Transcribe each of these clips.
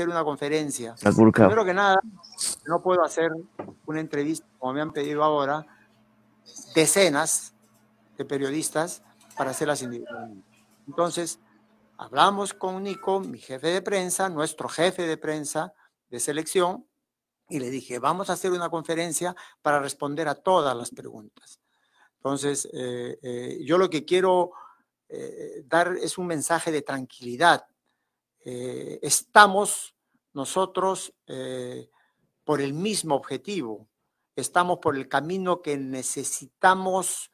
hacer una conferencia. Acurcado. Primero que nada, no puedo hacer una entrevista, como me han pedido ahora, decenas de periodistas para hacerlas individualmente. Entonces, hablamos con Nico, mi jefe de prensa, nuestro jefe de prensa de selección, y le dije, vamos a hacer una conferencia para responder a todas las preguntas. Entonces, yo lo que quiero dar es un mensaje de tranquilidad. Estamos nosotros por el mismo objetivo, estamos por el camino que necesitamos.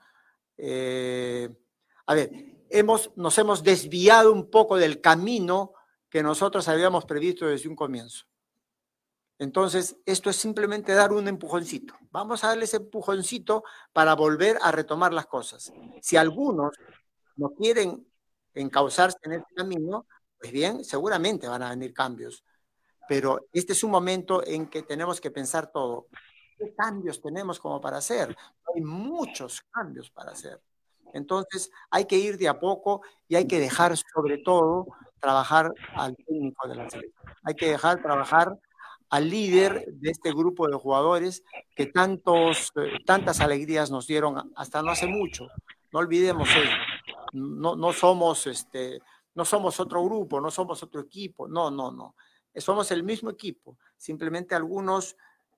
A ver, nos hemos desviado un poco del camino que nosotros habíamos previsto desde un comienzo. Entonces, esto es simplemente dar un empujoncito. Vamos a darle ese empujoncito para volver a retomar las cosas. Si algunos no quieren encauzarse en este camino, pues bien, seguramente van a venir cambios. Pero este es un momento en que tenemos que pensar todo. ¿Qué cambios tenemos como para hacer? Hay muchos cambios para hacer. Entonces, hay que ir de a poco y hay que dejar, sobre todo, trabajar al técnico de la selección. Hay que dejar trabajar al líder de este grupo de jugadores que tantas alegrías nos dieron hasta no hace mucho. No olvidemos eso. No somos no somos otro grupo, no somos otro equipo. No. Somos el mismo equipo. Simplemente algunos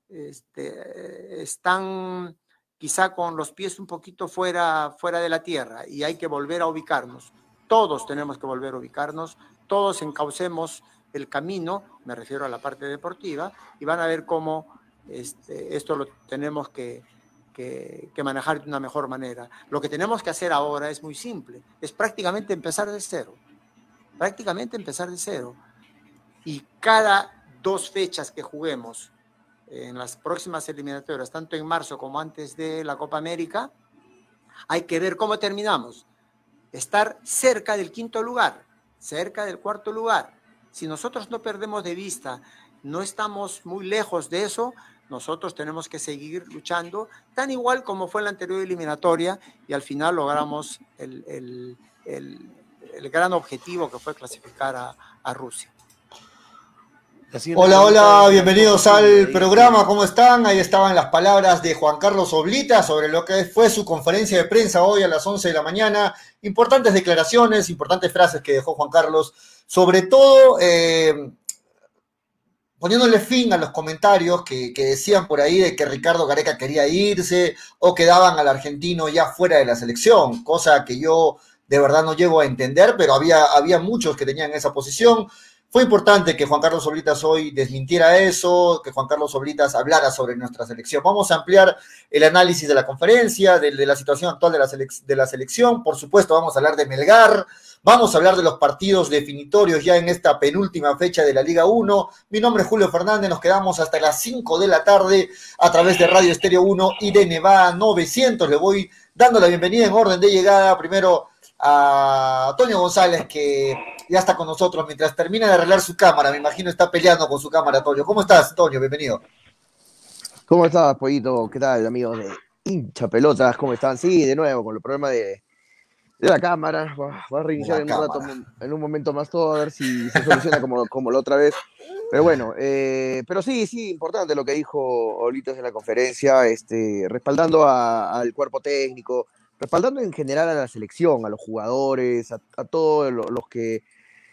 están quizá con los pies un poquito fuera de la tierra y hay que volver a ubicarnos. Todos tenemos que volver a ubicarnos, todos encaucemos el camino, me refiero a la parte deportiva, y van a ver cómo esto lo tenemos que manejar de una mejor manera. Lo que tenemos que hacer ahora es muy simple, es prácticamente empezar de cero. Y cada 2 fechas que juguemos en las próximas eliminatorias, tanto en marzo como antes de la Copa América, hay que ver cómo terminamos. Estar cerca del 5º lugar, cerca del 4º lugar. Si nosotros no perdemos de vista, no estamos muy lejos de eso, nosotros tenemos que seguir luchando, tan igual como fue en la anterior eliminatoria, y al final logramos el gran objetivo que fue clasificar a Rusia. Hola, bienvenidos al programa, ¿cómo están? Ahí estaban las palabras de Juan Carlos Oblita sobre lo que fue su conferencia de prensa hoy a las 11 de la mañana. Importantes declaraciones, importantes frases que dejó Juan Carlos, sobre todo poniéndole fin a los comentarios que decían por ahí de que Ricardo Gareca quería irse o que daban al argentino ya fuera de la selección, cosa que yo de verdad no llego a entender, pero había muchos que tenían esa posición. Fue importante que Juan Carlos Oblitas hoy desmintiera eso, que Juan Carlos Oblitas hablara sobre nuestra selección. Vamos a ampliar el análisis de la conferencia, de la situación actual de la selección. Por supuesto, vamos a hablar de Melgar, vamos a hablar de los partidos definitorios ya en esta penúltima fecha de la Liga 1. Mi nombre es Julio Fernández, nos quedamos hasta las 5 de la tarde a través de Radio Estéreo 1 y de Nevada 900. Le voy dando la bienvenida en orden de llegada primero a Toño González, que ya está con nosotros mientras termina de arreglar su cámara. Me imagino está peleando con su cámara, Toño. ¿Cómo estás, Toño? Bienvenido. ¿Cómo estás, Pollito? ¿Qué tal, amigos de Hincha Pelotas? ¿Cómo están? Sí, de nuevo, con el problema de la cámara. Va a reiniciar en un momento más todo, a ver si se soluciona como la otra vez. Pero bueno, pero sí, importante lo que dijo Oblitas en la conferencia, respaldando al cuerpo técnico, respaldando en general a la selección, a los jugadores, a todos los que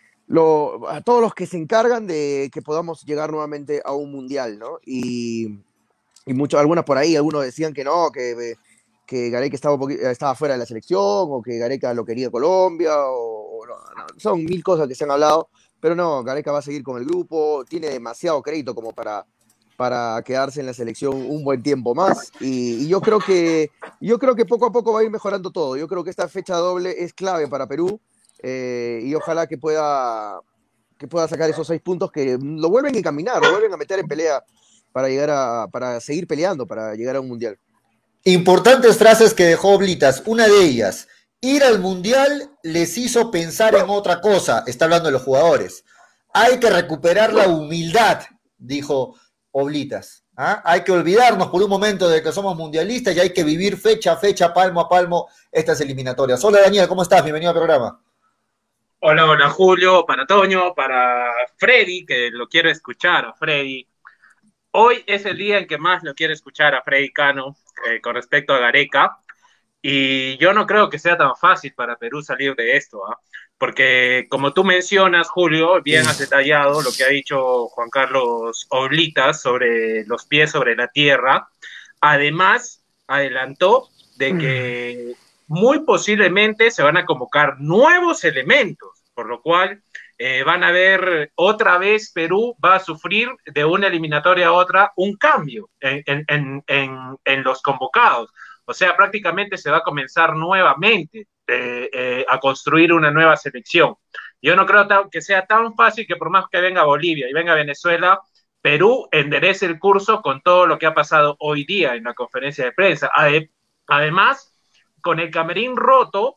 a todos los que se encargan de que podamos llegar nuevamente a un mundial, ¿no? Y algunas por ahí, algunos decían que no, que Gareca estaba fuera de la selección, o que Gareca lo quería Colombia, o no, son 1000 cosas que se han hablado, pero no, Gareca va a seguir con el grupo, tiene demasiado crédito como para quedarse en la selección un buen tiempo más, y yo creo que poco a poco va a ir mejorando todo. Yo creo que esta fecha doble es clave para Perú, y ojalá que pueda sacar esos 6 puntos que lo vuelven a encaminar, lo vuelven a meter en pelea para seguir peleando, para llegar a un mundial. Importantes frases que dejó Oblitas. Una de ellas, ir al mundial les hizo pensar en otra cosa. Está hablando de los jugadores. Hay que recuperar la humildad, dijo Oblitas. Hay que olvidarnos por un momento de que somos mundialistas y hay que vivir fecha a fecha, palmo a palmo, estas eliminatorias. Hola, Daniel, ¿cómo estás? Bienvenido al programa. Hola, hola Julio, para Toño, para Freddy, que lo quiero escuchar a Freddy. Hoy es el día en que más lo quiero escuchar a Freddy Cano con respecto a Gareca. Y yo no creo que sea tan fácil para Perú salir de esto, ¿ah? Porque como tú mencionas, Julio, bien has detallado lo que ha dicho Juan Carlos Oblitas sobre los pies sobre la tierra. Además, adelantó de que muy posiblemente se van a convocar nuevos elementos, por lo cual van a ver otra vez Perú va a sufrir de una eliminatoria a otra un cambio en los convocados. O sea, prácticamente se va a comenzar nuevamente a construir una nueva selección. Yo no creo que sea tan fácil que por más que venga Bolivia y venga Venezuela, Perú enderece el curso con todo lo que ha pasado hoy día en la conferencia de prensa. Además, con el camerín roto,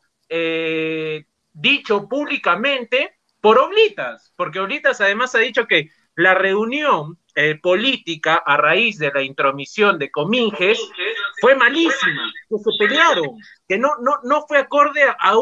dicho públicamente por Oblitas, porque Oblitas además ha dicho que la reunión política a raíz de la intromisión de Cominges fue malísima, que se pelearon, que no fue acorde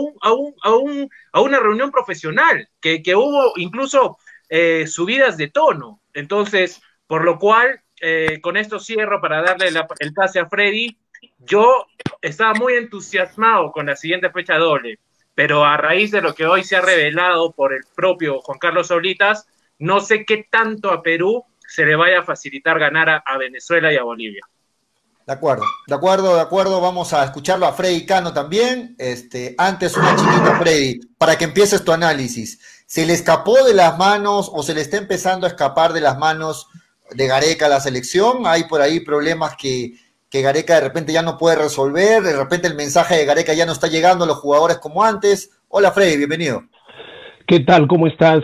a una reunión profesional, que hubo incluso subidas de tono. Entonces, por lo cual, con esto cierro para darle el pase a Freddy. Yo estaba muy entusiasmado con la siguiente fecha doble, pero a raíz de lo que hoy se ha revelado por el propio Juan Carlos Oblitas, no sé qué tanto a Perú se le vaya a facilitar ganar a Venezuela y a Bolivia. De acuerdo, de acuerdo, de acuerdo. Vamos a escucharlo a Freddy Cano también. Antes una chiquita, Freddy, para que empieces tu análisis. ¿Se le escapó de las manos o se le está empezando a escapar de las manos de Gareca a la selección? Hay por ahí problemas que Gareca de repente ya no puede resolver, de repente el mensaje de Gareca ya no está llegando a los jugadores como antes. Hola Freddy, bienvenido. ¿Qué tal? ¿Cómo estás?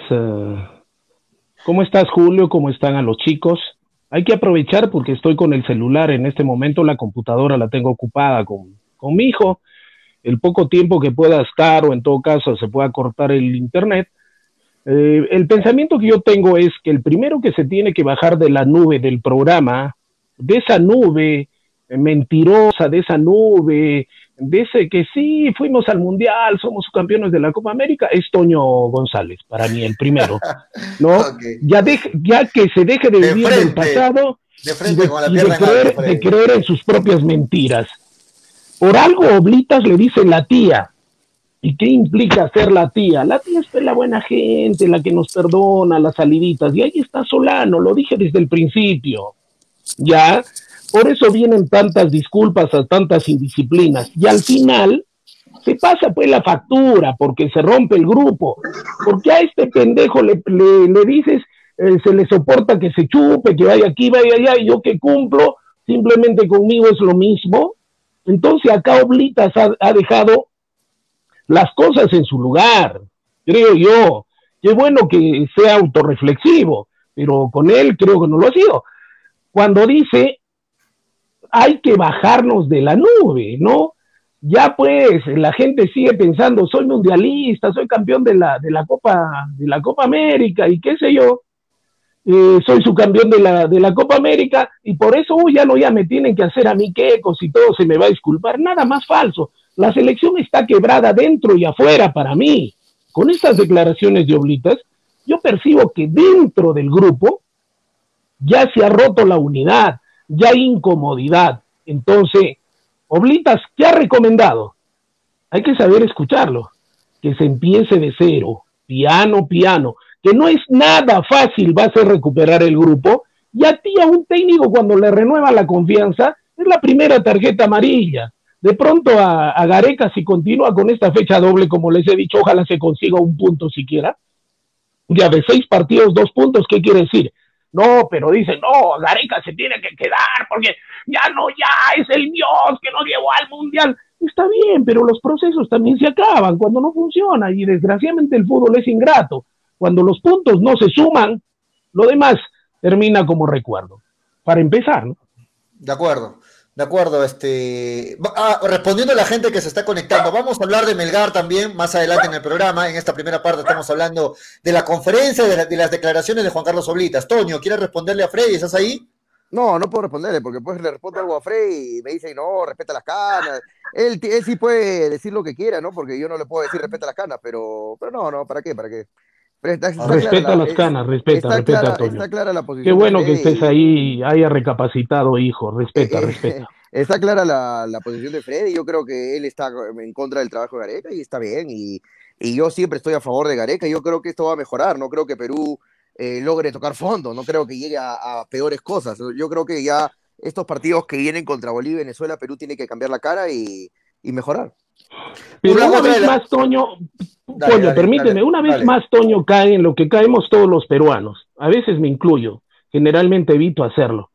¿Cómo estás, Julio? ¿Cómo están a los chicos? Hay que aprovechar porque estoy con el celular en este momento, la computadora la tengo ocupada con mi hijo. El poco tiempo que pueda estar o en todo caso se pueda cortar el internet. El pensamiento que yo tengo es que el primero que se tiene que bajar de la nube del programa, de esa nube mentirosa, de esa nube, de ese que sí, fuimos al Mundial, somos campeones de la Copa América, es Toño González, para mí el primero, ¿no? Okay. Ya que se deje de vivir del pasado de creer en sus propias mentiras. Por algo Oblitas le dice la tía. ¿Y qué implica ser la tía? La tía es la buena gente, la que nos perdona, las saliditas. Y ahí está Solano, lo dije desde el principio. ¿Ya? Por eso vienen tantas disculpas a tantas indisciplinas. Y al final se pasa pues la factura porque se rompe el grupo. Porque a este pendejo le dices, se le soporta que se chupe, que vaya aquí, vaya allá, y yo que cumplo, simplemente conmigo es lo mismo. Entonces acá Oblitas ha dejado las cosas en su lugar, creo yo. Qué bueno que sea autorreflexivo, pero con él creo que no lo ha sido. Cuando dice, hay que bajarnos de la nube, ¿no? Ya pues, la gente sigue pensando, soy mundialista, soy campeón de la Copa América y qué sé yo, soy subcampeón de la Copa América y por eso ya me tienen que hacer a mí quecos y todo se me va a disculpar. Nada más falso. La selección está quebrada dentro y afuera para mí. Con estas declaraciones de Oblitas, yo percibo que dentro del grupo ya se ha roto la unidad, ya hay incomodidad. Entonces, Oblitas, ¿qué ha recomendado? Hay que saber escucharlo, que se empiece de cero, piano, piano, que no es nada fácil, va a ser recuperar el grupo, y a ti, a un técnico, cuando le renueva la confianza, es la primera tarjeta amarilla. De pronto a Gareca, si continúa con esta fecha doble, como les he dicho, ojalá se consiga un punto siquiera. Ya de 6 partidos, 2 puntos, ¿qué quiere decir? No, pero dicen, no, Gareca se tiene que quedar porque ya es el Dios que nos llevó al Mundial. Está bien, pero los procesos también se acaban cuando no funciona y desgraciadamente el fútbol es ingrato. Cuando los puntos no se suman, lo demás termina como recuerdo. Para empezar, ¿no? De acuerdo. De acuerdo, respondiendo a la gente que se está conectando, vamos a hablar de Melgar también más adelante en el programa. En esta primera parte estamos hablando de la conferencia, de las declaraciones de Juan Carlos Oblitas. Toño, ¿quieres responderle a Freddy? ¿Estás ahí? No, no puedo responderle, porque después le respondo algo a Frey y me dice, no, respeta las canas. Él sí puede decir lo que quiera, ¿no? Porque yo no le puedo decir respeta las canas, pero no, ¿para qué? ¿Para qué? Pero está clara Respeta las canas, respeta, Toño. está clara la Qué posición de bueno que estés Freddy. ahí, haya recapacitado, hijo. Respeta. Está clara la posición de Freddy. Yo creo que él está en contra del trabajo de Gareca y está bien. Y yo siempre estoy a favor de Gareca. Yo creo que esto va a mejorar. No creo que Perú logre tocar fondo. No creo que llegue a peores cosas. Yo creo que ya estos partidos que vienen contra Bolivia y Venezuela, Perú tiene que cambiar la cara y mejorar. Pero una vez más, Toño, permíteme, una vez más, Toño, cae en lo que caemos todos los peruanos. A veces me incluyo, generalmente evito hacerlo.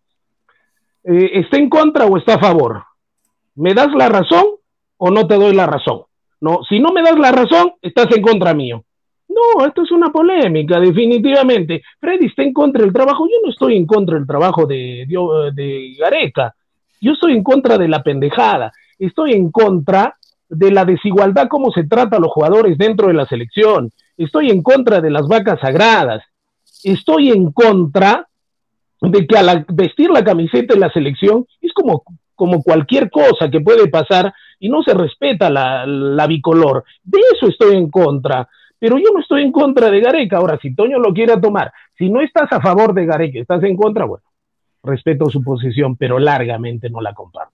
¿Está en contra o está a favor? ¿Me das la razón o no te doy la razón? No, si no me das la razón, estás en contra mío. No, esto es una polémica, definitivamente. Freddy está en contra del trabajo. Yo no estoy en contra del trabajo de Gareca. Yo estoy en contra de la pendejada. Estoy en contra de la desigualdad, cómo se trata a los jugadores dentro de la selección. Estoy en contra de las vacas sagradas. Estoy en contra de que al vestir la camiseta de la selección es como cualquier cosa que puede pasar y no se respeta la bicolor. De eso estoy en contra. Pero yo no estoy en contra de Gareca. Ahora, si Toño lo quiere tomar, si no estás a favor de Gareca, estás en contra, bueno, respeto su posición, pero largamente no la comparto.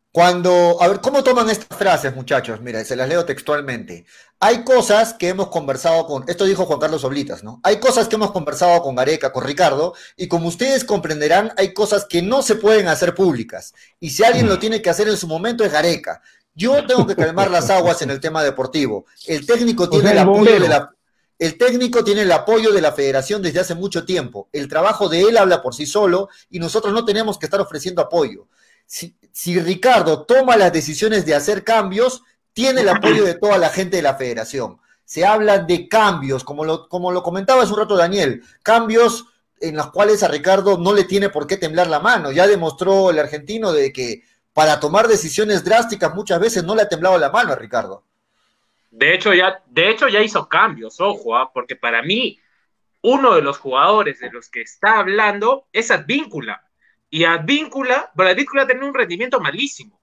A ver, ¿cómo toman estas frases, muchachos? Mira, se las leo textualmente. Hay cosas que hemos conversado esto dijo Juan Carlos Oblitas, ¿no? Hay cosas que hemos conversado con Gareca, con Ricardo, y como ustedes comprenderán, hay cosas que no se pueden hacer públicas. Y si alguien lo tiene que hacer en su momento es Gareca. Yo tengo que calmar las aguas en el tema deportivo. El técnico tiene el apoyo de la... El técnico tiene el apoyo de la federación desde hace mucho tiempo. El trabajo de él habla por sí solo y nosotros no tenemos que estar ofreciendo apoyo. Si Ricardo toma las decisiones de hacer cambios, tiene el apoyo de toda la gente de la federación. Se hablan de cambios, como lo comentaba hace un rato Daniel, cambios en los cuales a Ricardo no le tiene por qué temblar la mano. Ya demostró el argentino de que para tomar decisiones drásticas muchas veces no le ha temblado la mano a Ricardo. De hecho ya hizo cambios, ojo, porque para mí uno de los jugadores de los que está hablando es Advíncula. Y Advíncula tenía un rendimiento malísimo.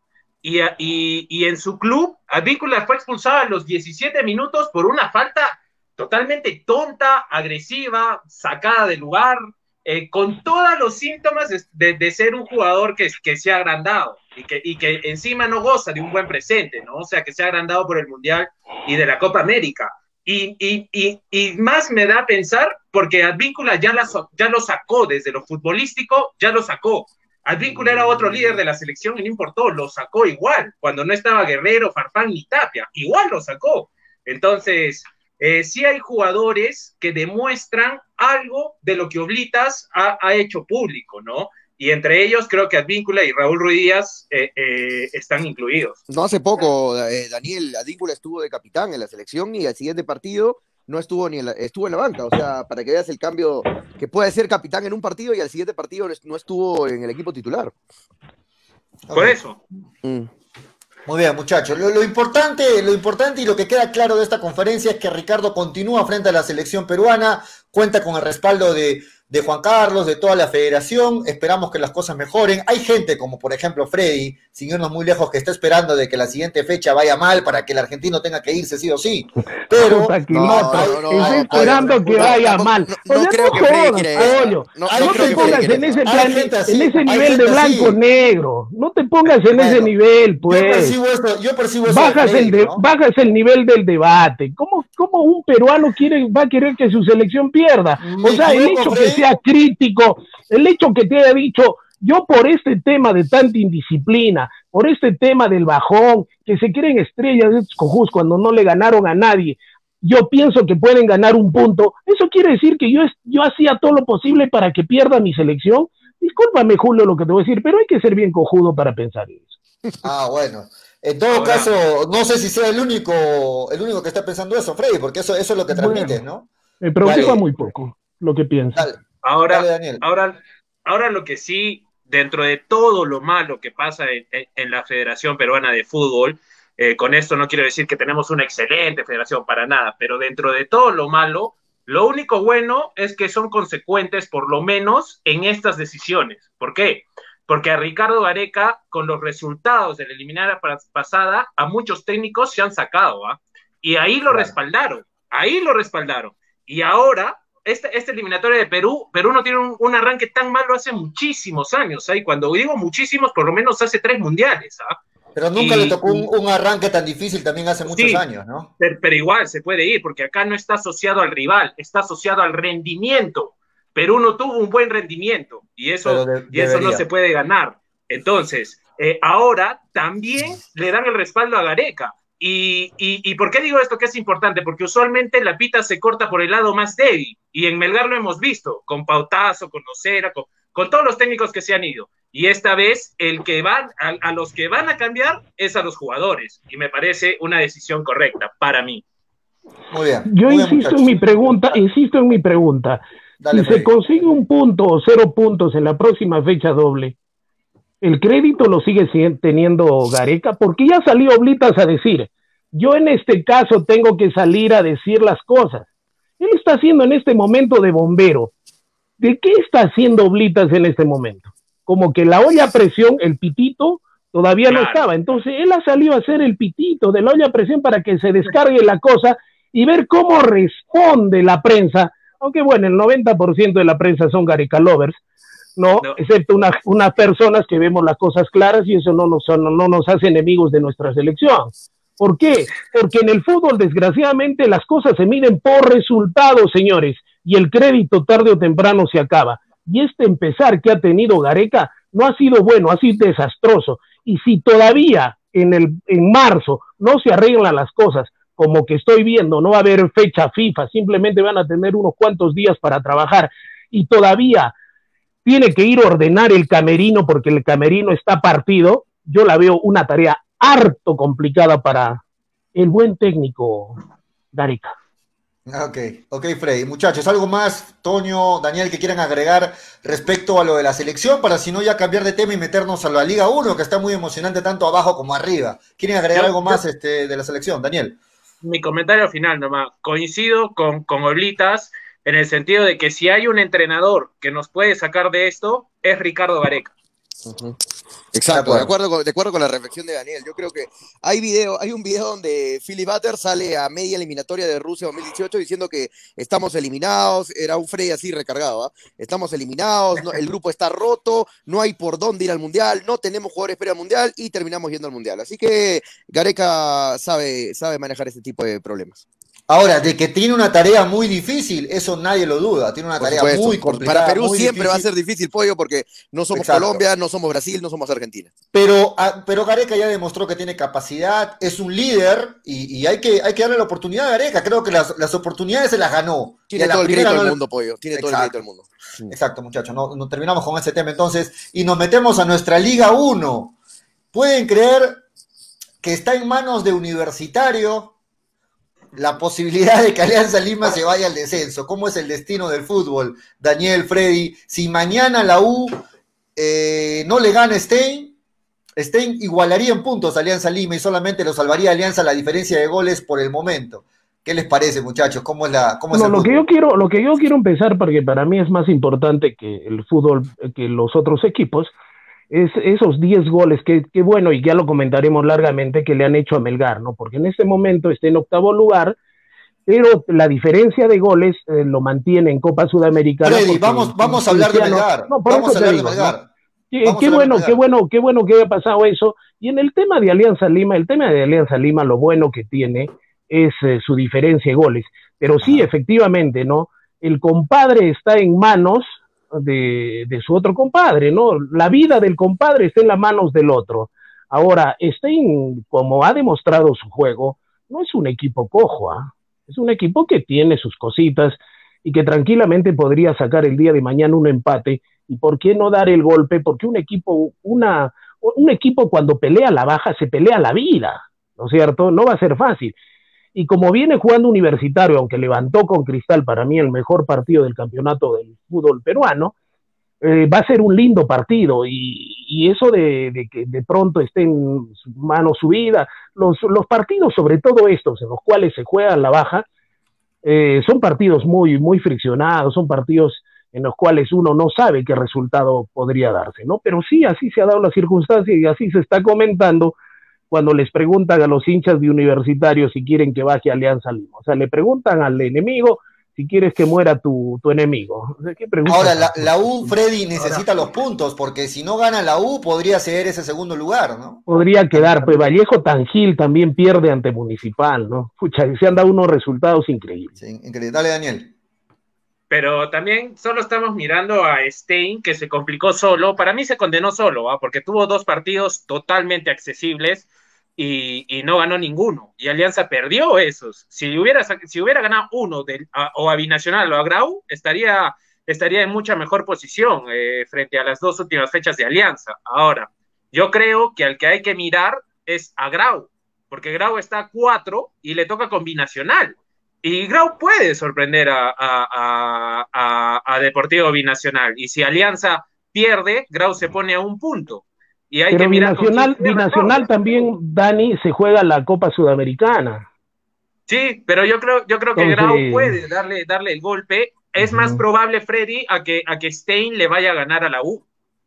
Y en su club, Advíncula fue expulsado a los 17 minutos por una falta totalmente tonta, agresiva, sacada de lugar, con todos los síntomas de ser un jugador que se ha agrandado y que encima no goza de un buen presente, ¿no? O sea, que se ha agrandado por el Mundial y de la Copa América. Y más me da a pensar porque Advíncula ya lo sacó desde lo futbolístico, ya lo sacó. Advíncula era otro líder de la selección y no importó, lo sacó igual. Cuando no estaba Guerrero, Farfán ni Tapia, igual lo sacó. Entonces, sí hay jugadores que demuestran algo de lo que Oblitas ha hecho público, ¿no? Y entre ellos creo que Advíncula y Raúl Ruiz Díaz están incluidos. No hace poco, Daniel, Advíncula estuvo de capitán en la selección y al siguiente partido no estuvo estuvo en la banca. O sea, para que veas el cambio, que puede ser capitán en un partido y al siguiente partido no estuvo en el equipo titular. Por eso. Muy bien, muchachos. Lo importante y lo que queda claro de esta conferencia es que Ricardo continúa frente a la selección peruana, cuenta con el respaldo de Juan Carlos, de toda la federación. Esperamos que las cosas mejoren. Hay gente como por ejemplo Freddy, sin irnos muy lejos, que está esperando de que la siguiente fecha vaya mal para que el argentino tenga que irse sí o sí. Pero está esperando que vaya mal. No creo que Freddy quiera eso. No te pongas en ese nivel de blanco-negro. No te pongas en ese nivel, pues. Yo percibo eso. Bajas el nivel del debate. ¿Cómo un peruano va a querer que su selección pierda? O sea, el hecho que sea crítico, el hecho que te haya dicho, yo por este tema de tanta indisciplina, por este tema del bajón, que se creen estrellas de estos cojudos cuando no le ganaron a nadie, yo pienso que pueden ganar un punto. Eso quiere decir que yo hacía todo lo posible para que pierda mi selección. Discúlpame, Julio, lo que te voy a decir, pero hay que ser bien cojudo para pensar eso. Bueno. En todo caso, no sé si sea el único que está pensando eso, Freddy, porque eso es lo que transmites, ¿no? Me preocupa muy poco lo que piensa. Dale, Daniel. Ahora lo que sí, dentro de todo lo malo que pasa en la Federación Peruana de Fútbol, con esto no quiero decir que tenemos una excelente federación para nada, pero dentro de todo lo malo, Lo único bueno es que son consecuentes, por lo menos, en estas decisiones. ¿Por qué? Porque a Ricardo Gareca, con los resultados de la eliminatoria pasada, a muchos técnicos se han sacado, ¿ah? Y ahí lo respaldaron, ahí lo respaldaron. Y ahora, esta eliminatoria de Perú no tiene un arranque tan malo hace muchísimos años, ¿ah? Y cuando digo muchísimos, por lo menos hace 3 mundiales, ¿ah? Pero nunca le tocó un arranque tan difícil también hace muchos años, ¿no? Pero igual se puede ir, porque acá no está asociado al rival, está asociado al rendimiento. Perú no tuvo un buen rendimiento y eso no se puede ganar. Entonces, ahora también le dan el respaldo a Gareca. ¿Y por qué digo esto que es importante? Porque usualmente la pita se corta por el lado más débil y en Melgar lo hemos visto, con Pautazo, con Nocera, con todos los técnicos que se han ido. Y esta vez a los que van a cambiar es a los jugadores. Y me parece una decisión correcta para mí. Muy bien. Yo insisto en mi pregunta. Dale, si se consigue un punto o 0 puntos en la próxima fecha doble, ¿el crédito lo sigue teniendo Gareca? Porque ya salió Oblitas a decir, yo en este caso tengo que salir a decir las cosas. Él está haciendo en este momento de bombero. ¿De qué está haciendo Oblitas en este momento? Como que la olla a presión, el pitito, todavía no estaba. Entonces él ha salido a hacer el pitito de la olla a presión para que se descargue la cosa y ver cómo responde la prensa. Aunque bueno, el 90% de la prensa son Gareca lovers, no, excepto unas personas que vemos las cosas claras y eso no nos hace enemigos de nuestra selección. ¿Por qué? Porque en el fútbol, desgraciadamente, las cosas se miden por resultados, señores, y el crédito tarde o temprano se acaba. Y este empezar que ha tenido Gareca no ha sido bueno, ha sido desastroso. Y si todavía en marzo no se arreglan las cosas, como que estoy viendo, no va a haber fecha FIFA, simplemente van a tener unos cuantos días para trabajar y todavía tiene que ir a ordenar el camerino porque el camerino está partido, yo la veo una tarea harto complicada para el buen técnico Gareca. Ok, Freddy. Muchachos, ¿algo más, Toño, Daniel, que quieran agregar respecto a lo de la selección para si no ya cambiar de tema y meternos a la Liga 1, que está muy emocionante tanto abajo como arriba? ¿Quieren agregar algo más de la selección, Daniel? Mi comentario final nomás. Coincido con Oblitas en el sentido de que si hay un entrenador que nos puede sacar de esto, es Ricardo Gareca. Exacto, de acuerdo con la reflexión de Daniel. Yo creo que hay un video donde Philly Butter sale a media eliminatoria de Rusia 2018 diciendo que estamos eliminados, era un Freddy así recargado, ¿eh? Estamos eliminados, no, el grupo está roto, no hay por dónde ir al Mundial, no tenemos jugadores para ir al Mundial y terminamos yendo al Mundial. Así que Gareca sabe manejar este tipo de problemas. Ahora, de que tiene una tarea muy difícil, eso nadie lo duda. Tiene una tarea muy complicada. Para Perú siempre va a ser difícil, Pollo, porque no somos Colombia, no somos Brasil, no somos Argentina. Pero Gareca ya demostró que tiene capacidad, es un líder y hay que darle la oportunidad a Gareca. Creo que las oportunidades se las ganó. Tiene todo el crédito del mundo, Pollo. Tiene todo el crédito del mundo. Exacto, muchachos. No terminamos con ese tema entonces y nos metemos a nuestra Liga 1. ¿Pueden creer que está en manos de Universitario la posibilidad de que Alianza Lima se vaya al descenso? ¿Cómo es el destino del fútbol, Daniel, Freddy? Si mañana la U no le gana a Stein igualaría en puntos a Alianza Lima y solamente lo salvaría a Alianza la diferencia de goles por el momento. ¿Qué les parece, muchachos? ¿Cómo es lo que yo quiero empezar, porque para mí es más importante que el fútbol, que los otros equipos, es esos 10 goles que bueno, y ya lo comentaremos largamente, que le han hecho a Melgar, ¿no? Porque en este momento está en 8º lugar, pero la diferencia de goles lo mantiene en Copa Sudamericana. Freddy, vamos a hablar de Melgar. No, vamos a hablar de Melgar. Qué bueno que haya pasado eso. Y en el tema de Alianza Lima, lo bueno que tiene es su diferencia de goles. Pero sí, efectivamente, ¿no? El compadre está en manos de su otro compadre, ¿no? La vida del compadre está en las manos del otro. Ahora, Stein, como ha demostrado su juego, no es un equipo cojo, ¿eh? Es un equipo que tiene sus cositas y que tranquilamente podría sacar el día de mañana un empate. ¿Y por qué no dar el golpe? Porque un equipo cuando pelea la baja, se pelea la vida, ¿no es cierto? No va a ser fácil. Y como viene jugando Universitario, aunque levantó con Cristal para mí el mejor partido del campeonato del fútbol peruano, va a ser un lindo partido y eso de que de pronto esté en su mano su vida, los partidos, sobre todo estos en los cuales se juega la baja, son partidos muy, muy friccionados, son partidos en los cuales uno no sabe qué resultado podría darse, ¿no? Pero sí, así se ha dado la circunstancia y así se está comentando cuando les preguntan a los hinchas de Universitario si quieren que baje Alianza Lima. O sea, le preguntan al enemigo si quieres que muera tu enemigo. O sea, ¿qué ahora, la U, Freddy, necesita los puntos, porque si no gana la U, podría ceder ese segundo lugar, ¿no? Podría quedar, pues Vallejo Tangil también pierde ante Municipal, ¿no? Pucha, se han dado unos resultados increíbles. Sí, increíble. Dale, Daniel. Pero también solo estamos mirando a Stein, que se complicó solo. Para mí se condenó solo, ¿eh? Porque tuvo 2 partidos totalmente accesibles y no ganó ninguno. Y Alianza perdió esos. Si hubiera ganado uno o a Binacional o a Grau, estaría en mucha mejor posición frente a las 2 últimas fechas de Alianza. Ahora, yo creo que al que hay que mirar es a Grau, porque Grau está a 4 y le toca con Binacional. Y Grau puede sorprender a Deportivo Binacional. Y si Alianza pierde, Grau se pone a 1 punto. Y hay pero que mirar Binacional también, Dani, se juega la Copa Sudamericana. Sí, pero yo creo que Grau puede darle el golpe. Es más probable, Freddy, a que Stein le vaya a ganar a la U.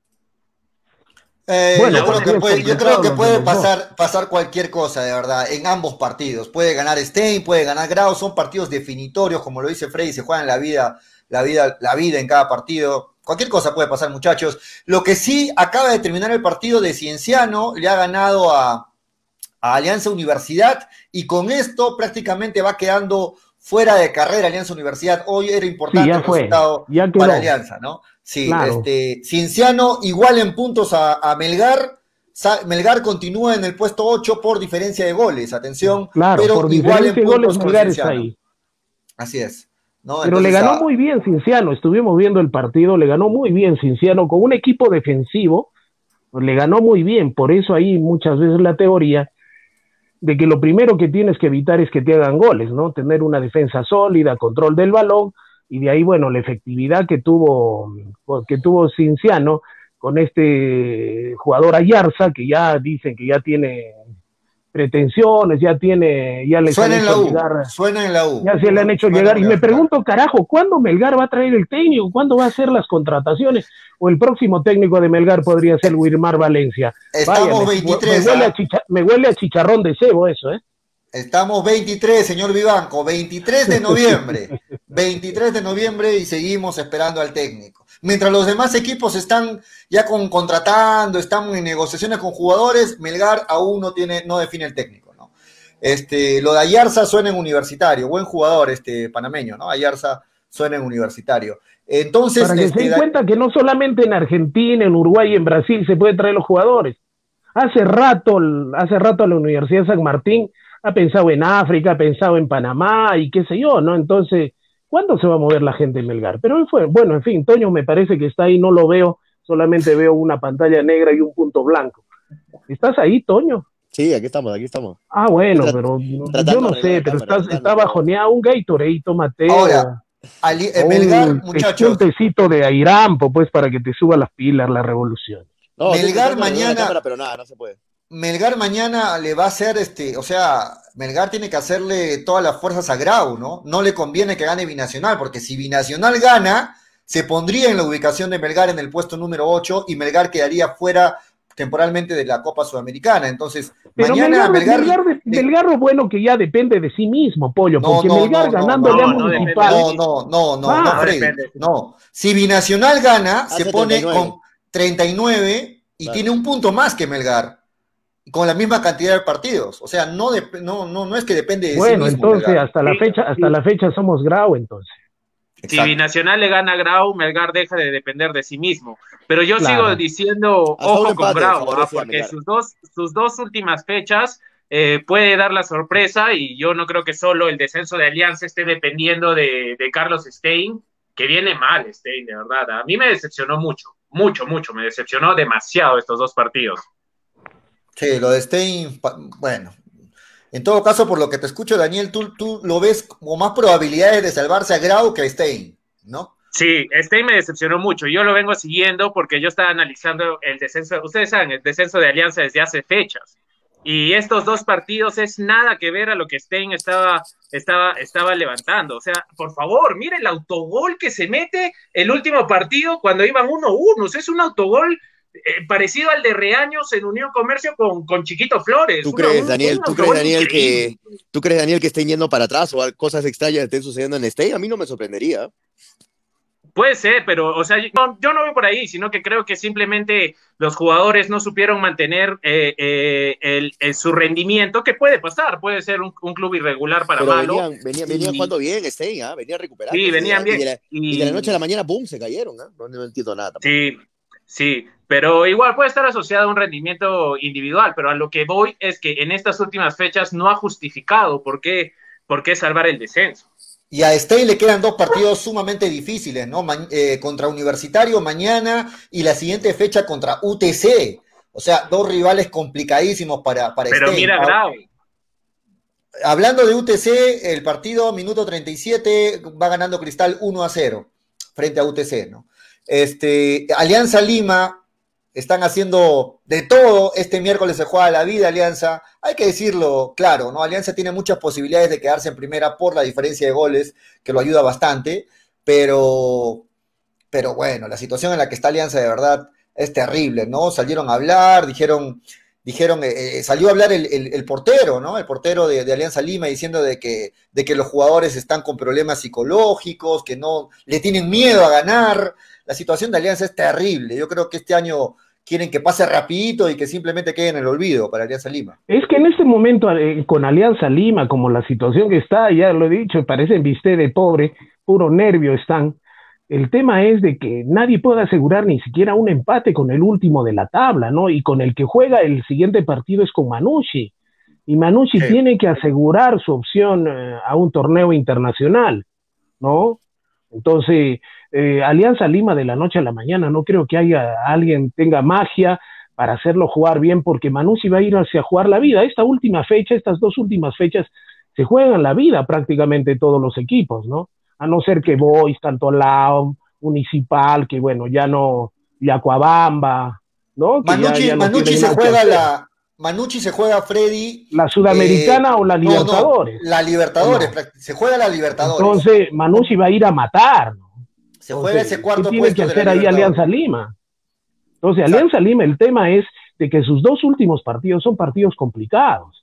Bueno, yo creo que puede pasar cualquier cosa, de verdad, en ambos partidos. Puede ganar Stein, puede ganar Grau, son partidos definitorios, como lo dice Freddy, se juegan la vida en cada partido. Cualquier cosa puede pasar, muchachos. Lo que sí, acaba de terminar el partido de Cienciano, le ha ganado a Alianza Universidad, y con esto prácticamente va quedando fuera de carrera Alianza Universidad. Hoy era importante el resultado para Alianza, ¿no? Sí, claro. Cienciano igual en puntos a Melgar. Melgar continúa en el puesto 8 por diferencia de goles, atención, claro, pero por igual en puntos Melgar está ahí. Así es. ¿no? Pero entonces, le ganó muy bien Cienciano, estuvimos viendo el partido, le ganó muy bien Cienciano con un equipo defensivo, le ganó muy bien, por eso ahí muchas veces la teoría de que lo primero que tienes que evitar es que te hagan goles, ¿no? Tener una defensa sólida, control del balón, y de ahí, bueno, la efectividad que tuvo Cienciano con este jugador Ayarza, que ya dicen que ya tiene pretensiones, ya les suena en la U, suena en la U. Ya se le han hecho llegar, y me pregunto, carajo, ¿cuándo Melgar va a traer el técnico? ¿Cuándo va a hacer las contrataciones? O el próximo técnico de Melgar podría ser Wilmar Valencia. Estamos 23. Me huele a chicharrón de cebo eso, ¿eh? Estamos 23, señor Vivanco, 23 de noviembre. 23 de noviembre y seguimos esperando al técnico. Mientras los demás equipos están ya contratando, están en negociaciones con jugadores, Melgar aún no define el técnico, ¿no? Lo de Ayarza suena en Universitario, buen jugador panameño, ¿no? Ayarza suena en Universitario. Entonces, para que se den cuenta que no solamente en Argentina, en Uruguay y en Brasil se pueden traer los jugadores. Hace rato la Universidad de San Martín ha pensado en África, ha pensado en Panamá y qué sé yo, ¿no? Entonces, ¿cuándo se va a mover la gente en Melgar? Pero hoy fue, bueno, en fin, Toño me parece que está ahí, no lo veo, solamente veo una pantalla negra y un punto blanco. ¿Estás ahí, Toño? Sí, aquí estamos. Ah, bueno, pero yo no sé, pero está bajoneado, un Gatorade, tómate. Ahora, Melgar, muchachos. Un tecito de Airampo, pues, para que te suba las pilas, la revolución. No, Melgar mañana... Cámara, pero nada, no se puede. Melgar mañana le va a hacer, Melgar tiene que hacerle todas las fuerzas a Grau, ¿no? No le conviene que gane Binacional, porque si Binacional gana, se pondría en la ubicación de Melgar en el puesto número 8 y Melgar quedaría fuera temporalmente de la Copa Sudamericana. Entonces, pero mañana Melgar lo bueno que ya depende de sí mismo, Pollo, porque Melgar ganándole a Municipal... No, Freddy, no. Si Binacional gana, se pone con 39 y tiene un punto más que Melgar. Con la misma cantidad de partidos, o sea, no es que depende de sí mismo. Bueno, entonces Melgar. hasta la fecha somos Grau, entonces. Exacto. Si Binacional le gana a Grau, Melgar deja de depender de sí mismo. Pero yo sigo diciendo, ojo con Grau, porque sus dos últimas fechas puede dar la sorpresa, y yo no creo que solo el descenso de Alianza esté dependiendo de Carlos Stein, que viene mal Stein, de verdad. A mí me decepcionó mucho, me decepcionó demasiado estos 2 partidos. Sí, lo de Stein, bueno, en todo caso, por lo que te escucho, Daniel, tú lo ves como más probabilidades de salvarse a Grau que a Stein, ¿no? Sí, Stein me decepcionó mucho. Yo lo vengo siguiendo porque yo estaba analizando el descenso, ustedes saben, el descenso de Alianza desde hace fechas. Y estos dos partidos es nada que ver a lo que Stein estaba levantando. O sea, por favor, mire el autogol que se mete el último partido cuando iban 1-1. O sea, es un autogol parecido al de Reaños en Unión Comercio con Chiquito Flores. ¿Tú crees, Daniel, que estén yendo para atrás o cosas extrañas estén sucediendo en Stein? A mí no me sorprendería. Puede ser, pero, o sea, yo no veo por ahí, sino que creo que simplemente los jugadores no supieron mantener su rendimiento, que puede pasar, puede ser un club irregular para pero malo. Venían jugando bien, Stein, venía recuperando. Sí, venían bien. Y de la noche a la mañana, ¡boom!, se cayeron, no entiendo nada. Sí, pero igual puede estar asociado a un rendimiento individual, pero a lo que voy es que en estas últimas fechas no ha justificado por qué salvar el descenso. Y a Stein le quedan 2 partidos sumamente difíciles, ¿no? Contra Universitario mañana y la siguiente fecha contra UTC. O sea, 2 rivales complicadísimos para Pero Stein. Mira, grave. Hablando de UTC, el partido, minuto 37, va ganando Cristal 1-0 frente a UTC, ¿no? Alianza Lima están haciendo de todo. Este miércoles se juega la vida, Alianza. Hay que decirlo claro, ¿no? Alianza tiene muchas posibilidades de quedarse en primera por la diferencia de goles, que lo ayuda bastante, pero bueno, la situación en la que está Alianza de verdad es terrible, ¿no? Salieron a hablar, salió a hablar el portero, ¿no? El portero de Alianza Lima diciendo de que los jugadores están con problemas psicológicos, que no le tienen miedo a ganar. La situación de Alianza es terrible. Yo creo que este año quieren que pase rapidito y que simplemente quede en el olvido para Alianza Lima. Es que en este momento con Alianza Lima, como la situación que está, ya lo he dicho, parecen bistec de pobre, puro nervio están. El tema es de que nadie puede asegurar ni siquiera un empate con el último de la tabla, ¿no? Y con el que juega el siguiente partido es con Manucci. Y Manucci tiene que asegurar su opción a un torneo internacional, ¿no? Entonces, Alianza Lima de la noche a la mañana, no creo que alguien tenga magia para hacerlo jugar bien, porque Manucci va a ir hacia jugar la vida. Estas 2 últimas fechas, se juegan la vida prácticamente todos los equipos, ¿no? A no ser que Boys, Cantolao, Municipal, que bueno, ya no, Yacuabamba, ¿no? Manucci se juega, Freddy. ¿La Sudamericana o la Libertadores? No, la Libertadores, se juega la Libertadores. Entonces, Manucci va a ir a matar, ¿no? Se juega ese cuarto puesto. ¿Qué tiene que hacer ahí Alianza Lima? Entonces, Alianza Lima, el tema es de que sus 2 últimos partidos son partidos complicados.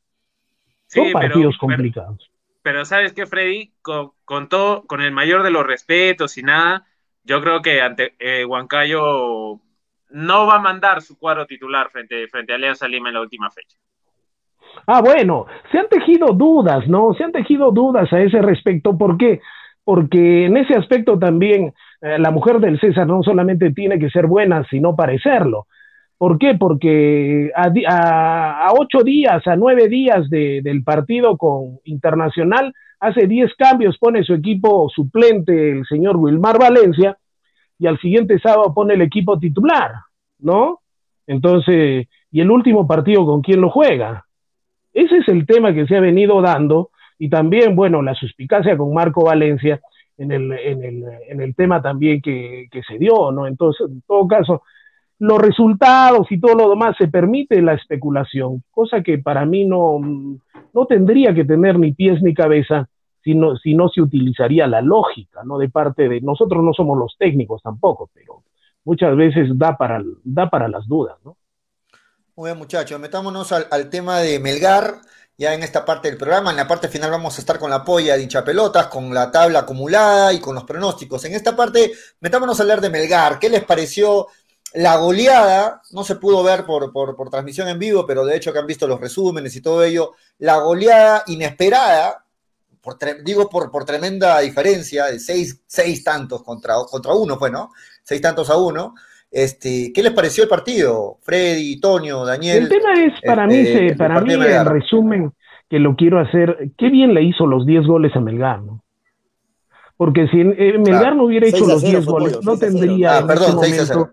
Complicados. Pero ¿sabes qué, Freddy? Con todo, con el mayor de los respetos y nada, yo creo que ante Huancayo no va a mandar su cuadro titular frente a Alianza Lima en la última fecha. Bueno, se han tejido dudas, ¿no? Se han tejido dudas a ese respecto. ¿Por qué? Porque en ese aspecto también la mujer del César no solamente tiene que ser buena, sino parecerlo. ¿Por qué? Porque a 8 días, a 9 días del partido con Internacional, hace 10 cambios, pone su equipo suplente el señor Wilmar Valencia, y al siguiente sábado pone el equipo titular, ¿no? Entonces, ¿y el último partido con quién lo juega? Ese es el tema que se ha venido dando, y también, bueno, la suspicacia con Marco Valencia en el tema también que se dio, ¿no? Entonces, en todo caso, los resultados y todo lo demás se permite la especulación, cosa que para mí no tendría que tener ni pies ni cabeza si no se utilizaría la lógica, ¿no? De parte de nosotros, no somos los técnicos tampoco, pero muchas veces da para las dudas, ¿no? Muy bien, muchachos, metámonos al tema de Melgar, ya en esta parte del programa. En la parte final vamos a estar con la polla de hinchapelotas, con la tabla acumulada y con los pronósticos. En esta parte, metámonos a hablar de Melgar. ¿Qué les pareció la goleada? No se pudo ver por transmisión en vivo, pero de hecho que han visto los resúmenes y todo ello. La goleada inesperada, por tremenda diferencia de 6 tantos contra 1, fue, ¿no? 6 tantos a 1. ¿Qué les pareció el partido? Freddy, Tonio, Daniel. El tema es, para mí, en resumen, que lo quiero hacer, qué bien le hizo los 10 goles a Melgar, ¿no? Porque si Melgar no hubiera hecho los 10 goles, no tendría en ese momento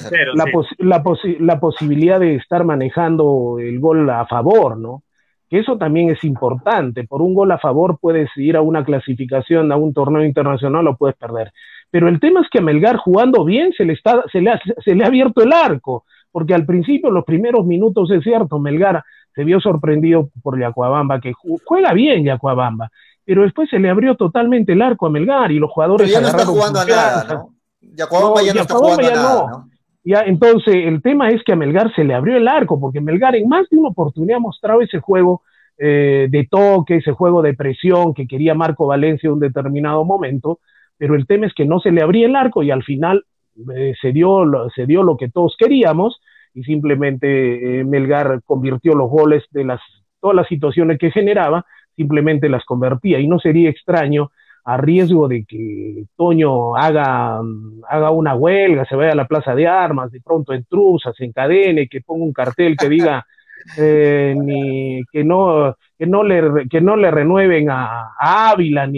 6-0. La posibilidad de estar manejando el gol a favor, ¿no? Que eso también es importante. Por un gol a favor puedes ir a una clasificación, a un torneo internacional, o puedes perder. Pero el tema es que a Melgar, jugando bien, se le ha abierto el arco, porque al principio, los primeros minutos, es cierto, Melgar se vio sorprendido por Yacuabamba, que juega bien Yacuabamba, pero después se le abrió totalmente el arco a Melgar y los jugadores pero ya no está agarraron jugando confianza. a nada, ¿no? Yacuabamba ya no está jugando a nada, ¿no? Ya, entonces, el tema es que a Melgar se le abrió el arco, porque Melgar en más de una oportunidad mostraba ese juego de toque, ese juego de presión que quería Marco Valencia en un determinado momento, pero el tema es que no se le abría el arco y al final se dio lo que todos queríamos y simplemente Melgar convirtió los goles de todas las situaciones que generaba, simplemente las convertía, y no sería extraño, a riesgo de que Toño haga una huelga, se vaya a la Plaza de Armas, de pronto intrusa, se encadene, que ponga un cartel que diga que no le renueven a Ávila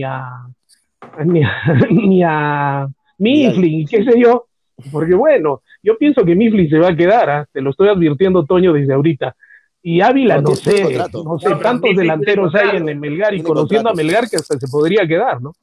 ni a Mifflin, qué sé yo, porque bueno, yo pienso que Mifflin se va a quedar, te lo estoy advirtiendo, Toño, desde ahorita. Y Ávila, no sé, tantos delanteros hay en el Melgar y conociendo a Melgar que hasta se podría quedar, ¿no?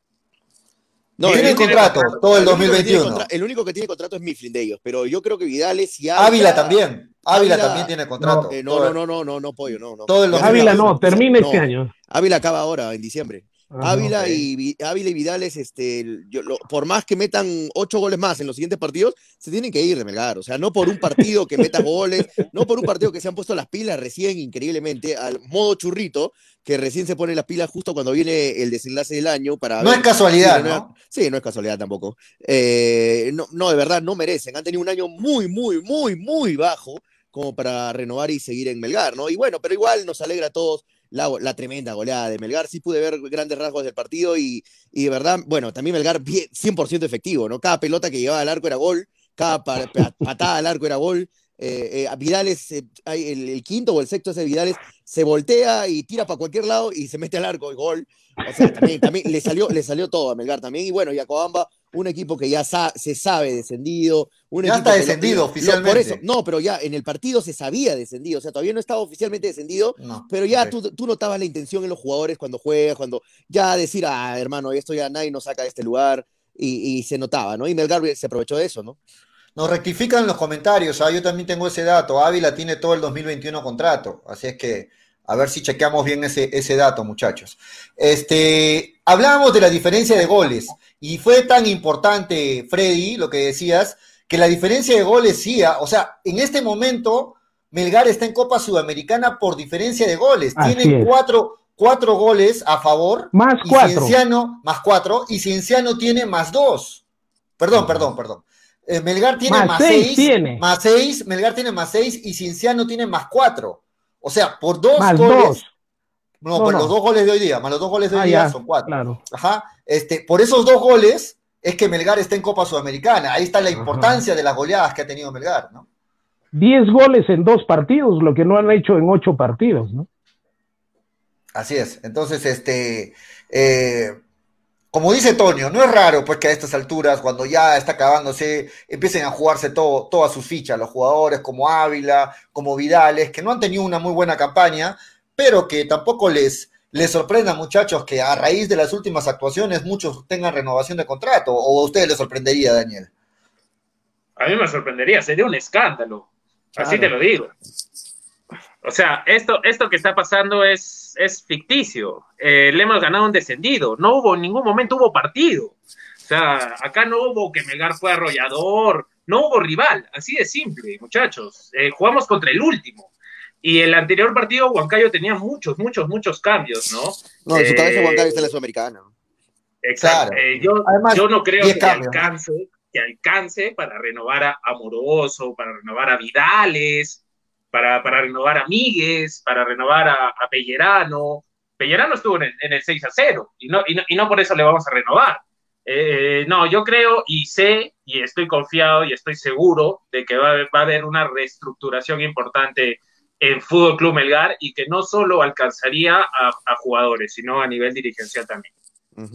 No, tiene contrato todo el 2021. El único que tiene contrato es Mifflin de ellos, pero yo creo que Vidales y Ávila también. Ávila también tiene contrato. No, Pollo, no. Todo el 2021. Ávila no, termina este año. Ávila acaba ahora, en diciembre. Ávila y Vidales, por más que metan 8 goles más en los siguientes partidos, se tienen que ir de Melgar. O sea, no por un partido que meta goles, no por un partido que se han puesto las pilas recién, increíblemente, al modo churrito, que recién se pone las pilas justo cuando viene el desenlace del año. No es casualidad, ¿no? Sí, no es casualidad tampoco. No, de verdad, no merecen. Han tenido un año muy, muy, muy, muy bajo como para renovar y seguir en Melgar, ¿no? Y bueno, pero igual nos alegra a todos la tremenda goleada de Melgar. Sí pude ver grandes rasgos del partido y de verdad, bueno, también Melgar 100% efectivo, ¿no? Cada pelota que llevaba al arco era gol, cada patada al arco era gol. Vidales, el quinto o el sexto ese de Vidales, se voltea y tira para cualquier lado y se mete al arco y gol. O sea, también le salió todo a Melgar también. Y bueno, Yacuabamba, un equipo que ya se sabe descendido. Ya está descendido oficialmente. Por eso, no, pero ya en el partido se sabía descendido. O sea, todavía no estaba oficialmente descendido, pero ya tú notabas la intención en los jugadores cuando juegas, cuando ya decir, hermano, esto ya nadie nos saca de este lugar. Y se notaba, ¿no? Y Melgar se aprovechó de eso, ¿no? Nos rectifican en los comentarios, yo también tengo ese dato. Ávila tiene todo el 2021 contrato, así es que a ver si chequeamos bien ese dato, muchachos. Hablábamos de la diferencia de goles, y fue tan importante, Freddy, lo que decías, que la diferencia de goles sí, o sea, en este momento Melgar está en Copa Sudamericana por diferencia de goles. Tienen cuatro goles a favor. Más 4. Más 4, y Cienciano tiene más 2. Perdón. Melgar tiene más 6, Melgar tiene más 6 y Cienciano tiene más 4. O sea, por 2 goles. Por los 2 goles de hoy día, más los 2 goles de hoy día son 4. Claro. Ajá. Por esos 2 goles es que Melgar está en Copa Sudamericana. Ahí está la importancia de las goleadas que ha tenido Melgar, ¿no? 10 goles en 2 partidos, lo que no han hecho en 8 partidos, ¿no? Así es. Entonces, como dice Toño, no es raro pues que a estas alturas, cuando ya está acabándose, empiecen a jugarse todas sus fichas, los jugadores como Ávila, como Vidales, que no han tenido una muy buena campaña, pero que tampoco les sorprenda, muchachos, que a raíz de las últimas actuaciones muchos tengan renovación de contrato, o a ustedes les sorprendería, Daniel. A mí me sorprendería, sería un escándalo, claro. Así te lo digo. O sea, esto que está pasando es ficticio. Le hemos ganado un descendido. No hubo en ningún momento hubo partido. O sea, acá no hubo que Melgar fue arrollador. No hubo rival. Así de simple, muchachos. Jugamos contra el último. Y el anterior partido, Huancayo tenía muchos cambios, ¿no? No, en su cabeza Huancayo está en la Sudamericana. Exacto. Claro. Además, yo no creo que alcance para renovar a Amoroso, para renovar a Vidales, para renovar a Míguez, para renovar a Pellerano. Pellerano estuvo en el 6-0 y no por eso le vamos a renovar. No, yo creo y sé y estoy confiado y estoy seguro de que va a haber una reestructuración importante en Fútbol Club Melgar y que no solo alcanzaría a jugadores, sino a nivel dirigencial también.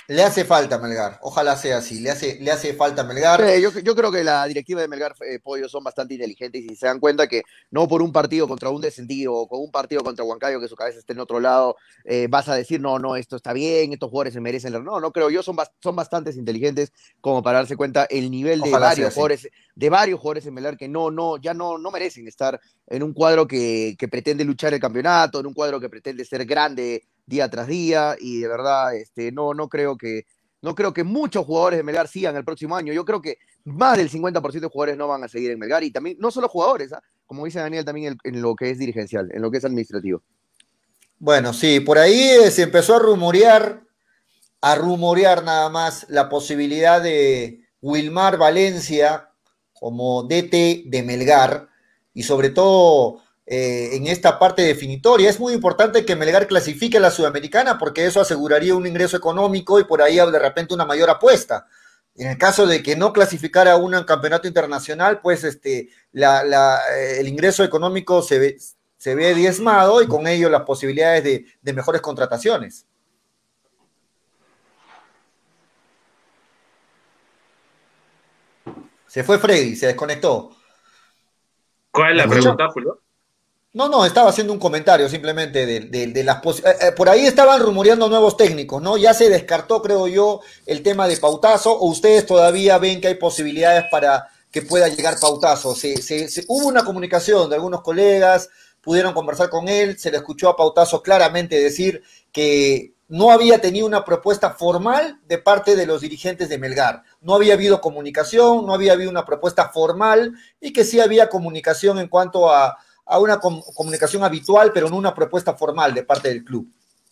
Le hace falta Melgar, ojalá sea así, le hace falta Melgar. Yo creo que la directiva de Melgar, Pollo, son bastante inteligentes y se dan cuenta que no por un partido contra un descendido o con un partido contra Huancayo que su cabeza esté en otro lado, vas a decir, no, esto está bien, estos jugadores se merecen. No creo yo, son bastantes inteligentes como para darse cuenta el nivel de varios jugadores en Melgar que ya no merecen estar en un cuadro que pretende luchar el campeonato, en un cuadro que pretende ser grande día tras día, y de verdad no creo que muchos jugadores de Melgar sigan el próximo año. Yo creo que más del 50% de jugadores no van a seguir en Melgar, y también no solo jugadores, como dice Daniel, también en lo que es dirigencial, en lo que es administrativo. Bueno, sí, por ahí se empezó a rumorear nada más la posibilidad de Wilmar Valencia como DT de Melgar, y sobre todo en esta parte definitoria. Es muy importante que Melgar clasifique a la Sudamericana, porque eso aseguraría un ingreso económico y por ahí de repente una mayor apuesta. En el caso de que no clasificara a un campeonato internacional, pues el ingreso económico se ve diezmado, y con ello las posibilidades de mejores contrataciones. Se fue Freddy, se desconectó. ¿Cuál es la pregunta, Julio? No, estaba haciendo un comentario simplemente de las posibilidades. Por ahí estaban rumoreando nuevos técnicos, ¿no? Ya se descartó, creo yo, el tema de Pautazo, o ustedes todavía ven que hay posibilidades para que pueda llegar Pautazo. Hubo una comunicación de algunos colegas, pudieron conversar con él, se le escuchó a Pautazo claramente decir que no había tenido una propuesta formal de parte de los dirigentes de Melgar. No había habido comunicación, no había habido una propuesta formal, y que sí había comunicación en cuanto a una comunicación habitual, pero no una propuesta formal de parte del club.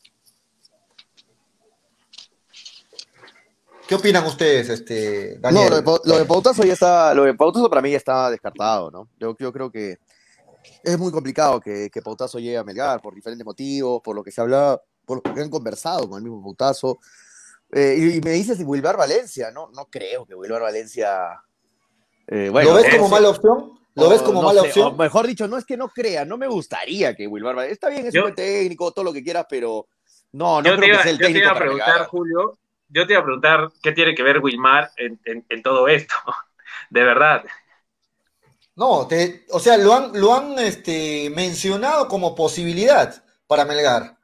¿Qué opinan ustedes, Daniel? No, lo de Pautazo para mí ya está descartado, ¿no? Yo creo que es muy complicado que Pautazo llegue a Melgar por diferentes motivos, por lo que se habla, por lo que han conversado con el mismo Pautazo. Y me dices Wilmar Valencia, no creo que Wilmar Valencia... ¿Lo ves como mala opción? ¿Lo ves como mala opción? O mejor dicho, no es que no crea, no me gustaría que Wilmar Valencia... Está bien, es un buen técnico, todo lo que quieras, pero no creo que sea el técnico. Yo te iba a preguntar, Julio, yo te iba a preguntar qué tiene que ver Wilmar en todo esto, de verdad. No, o sea, lo han mencionado como posibilidad para Melgar.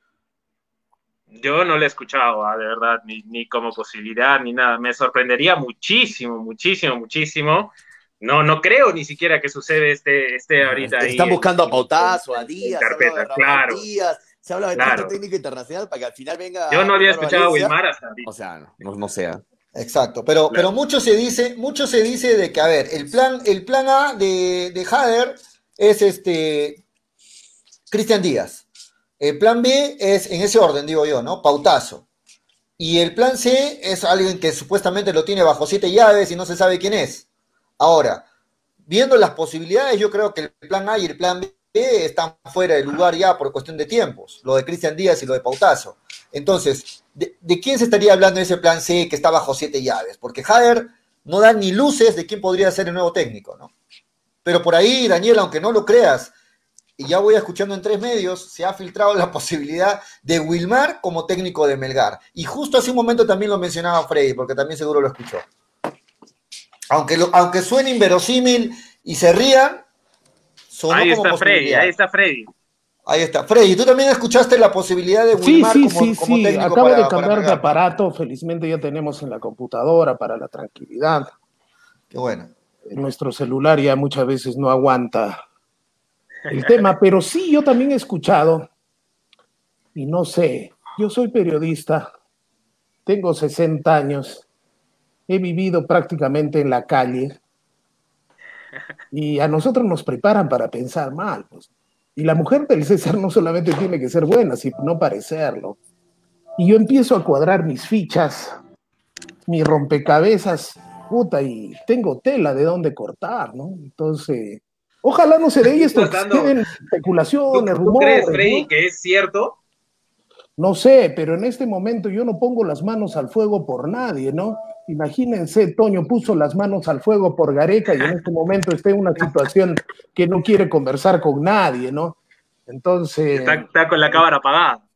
Yo no lo he escuchado, de verdad, ni como posibilidad, ni nada. Me sorprendería muchísimo. No creo ni siquiera que sucede esté ahorita ahí. Están buscando a Pautazo, a Díaz, claro. Se habla de claro. Técnico internacional para que al final venga... Yo no había escuchado a Wilmar hasta ahorita. O sea, no sea. Exacto, pero mucho se dice de que, a ver, el plan A de Hader es Cristian Díaz. El plan B es, en ese orden, digo yo, ¿no? Pautazo. Y el plan C es alguien que supuestamente lo tiene bajo 7 llaves y no se sabe quién es. Ahora, viendo las posibilidades, yo creo que el plan A y el plan B están fuera de lugar ya por cuestión de tiempos. Lo de Cristian Díaz y lo de Pautazo. Entonces, ¿de quién se estaría hablando en ese plan C que está bajo 7 llaves? Porque Hader no da ni luces de quién podría ser el nuevo técnico, ¿no? Pero por ahí, Daniel, aunque no lo creas, y ya voy escuchando en 3 medios, se ha filtrado la posibilidad de Wilmar como técnico de Melgar. Y justo hace un momento también lo mencionaba Freddy, porque también seguro lo escuchó. Aunque suene inverosímil y se rían, sonó ahí como está posibilidad. Ahí está Freddy. Freddy, ¿tú también escuchaste la posibilidad de Wilmar como técnico? Acabo de cambiar de aparato, felizmente ya tenemos en la computadora para la tranquilidad. Qué bueno. Nuestro celular ya muchas veces no aguanta el tema, pero sí, yo también he escuchado, y no sé, yo soy periodista, tengo 60 años, he vivido prácticamente en la calle, y a nosotros nos preparan para pensar mal, pues. Y la mujer del César no solamente tiene que ser buena, sino no parecerlo. Y yo empiezo a cuadrar mis fichas, mi rompecabezas, puta, y tengo tela de dónde cortar, ¿no? Entonces... Ojalá no se dé esto, que queden especulaciones, rumores. ¿Tú crees, Freddy, ¿no? que es cierto? No sé, pero en este momento yo no pongo las manos al fuego por nadie, ¿no? Imagínense, Toño puso las manos al fuego por Gareca y en este momento está en una situación que no quiere conversar con nadie, ¿no? Entonces... Está con la cámara apagada.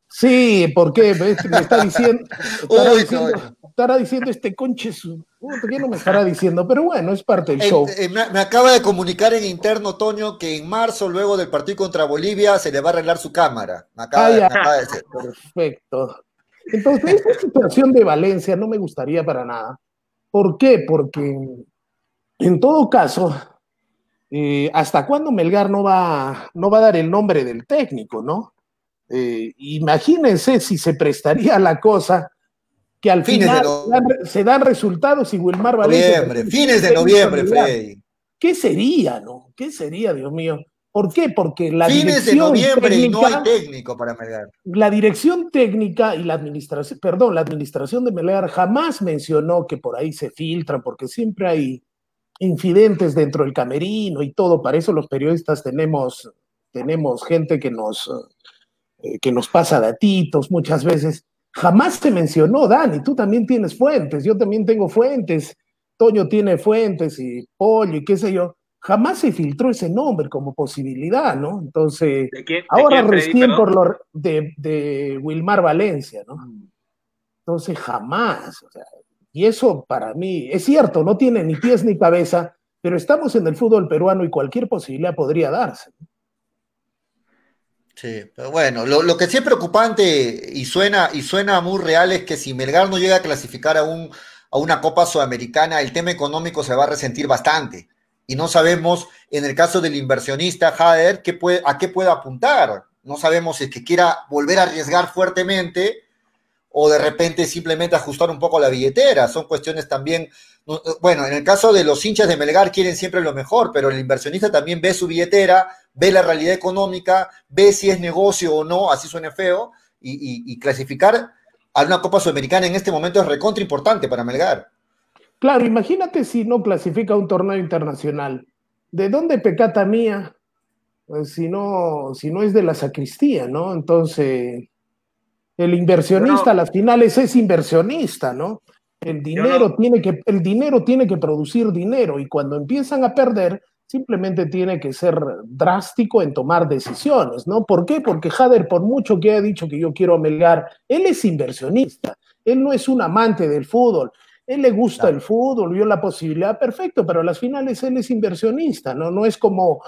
Sí, ¿por qué? Me está diciendo, estará diciendo este conche su... ¿Qué no me estará diciendo? Pero bueno, es parte del show. Me acaba de comunicar en interno, Toño, que en marzo, luego del partido contra Bolivia, se le va a arreglar su cámara. Me acaba de decir. Perfecto. Entonces, esta situación de Valencia no me gustaría para nada. ¿Por qué? Porque, en todo caso, ¿hasta cuándo Melgar no va a dar el nombre del técnico, no? Imagínense si se prestaría la cosa que al final se dan resultados y Wilmar Valencia. Fines de noviembre, Freddy. ¿Qué sería, no? ¿Qué sería, Dios mío? ¿Por qué? Porque la fines de noviembre técnica, y no hay técnico para Melgar. La dirección técnica y la administración de Melgar jamás mencionó que por ahí se filtran, porque siempre hay incidentes dentro del camerino y todo. Para eso los periodistas tenemos gente que nos pasa datitos muchas veces. Jamás se mencionó, Dani, tú también tienes fuentes, yo también tengo fuentes, Toño tiene fuentes y Pollo y qué sé yo. Jamás se filtró ese nombre como posibilidad, ¿no? Entonces, ahora recién por lo de Wilmar Valencia, ¿no? Entonces, jamás, o sea, y eso para mí, es cierto, no tiene ni pies ni cabeza, pero estamos en el fútbol peruano y cualquier posibilidad podría darse. Sí, pero bueno, lo que sí es preocupante y suena muy real es que si Melgar no llega a clasificar a una Copa Sudamericana, el tema económico se va a resentir bastante. Y no sabemos, en el caso del inversionista Hader, a qué puede apuntar. No sabemos si es que quiera volver a arriesgar fuertemente o de repente simplemente ajustar un poco la billetera. Son cuestiones también, bueno, en el caso de los hinchas de Melgar quieren siempre lo mejor, pero el inversionista también ve su billetera, ve la realidad económica, ve si es negocio o no, así suene feo, y clasificar a una Copa Sudamericana en este momento es recontra importante para Melgar. Claro, imagínate si no clasifica a un torneo internacional. ¿De dónde pecata mía? Si no es de la sacristía, ¿no? Entonces, el inversionista a las finales es inversionista, ¿no? El dinero tiene que producir dinero y cuando empiezan a perder, simplemente tiene que ser drástico en tomar decisiones, ¿no? ¿Por qué? Porque Hader, por mucho que haya dicho que yo quiero a Melgar, él es inversionista, él no es un amante del fútbol. Él le gusta el fútbol, vio la posibilidad, perfecto, pero a las finales él es inversionista, ¿no? No es como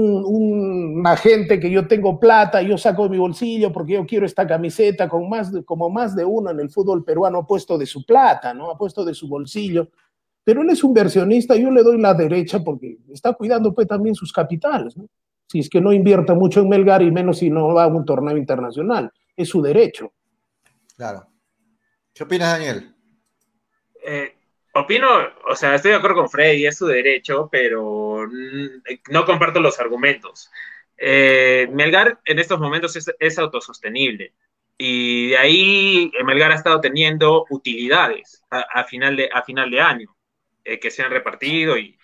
un agente que yo tengo plata, yo saco de mi bolsillo porque yo quiero esta camiseta, como más de uno en el fútbol peruano ha puesto de su plata, ¿no? Ha puesto de su bolsillo. Pero él es un inversionista, yo le doy la derecha porque está cuidando pues también sus capitales, ¿no? Si es que no invierte mucho en Melgar y menos si no va a un torneo internacional, es su derecho. Claro. ¿Qué opinas, Daniel? Opino, o sea, estoy de acuerdo con Freddy, es su derecho, pero no comparto los argumentos. Melgar en estos momentos es autosostenible y de ahí Melgar ha estado teniendo utilidades a final de año que se han repartido y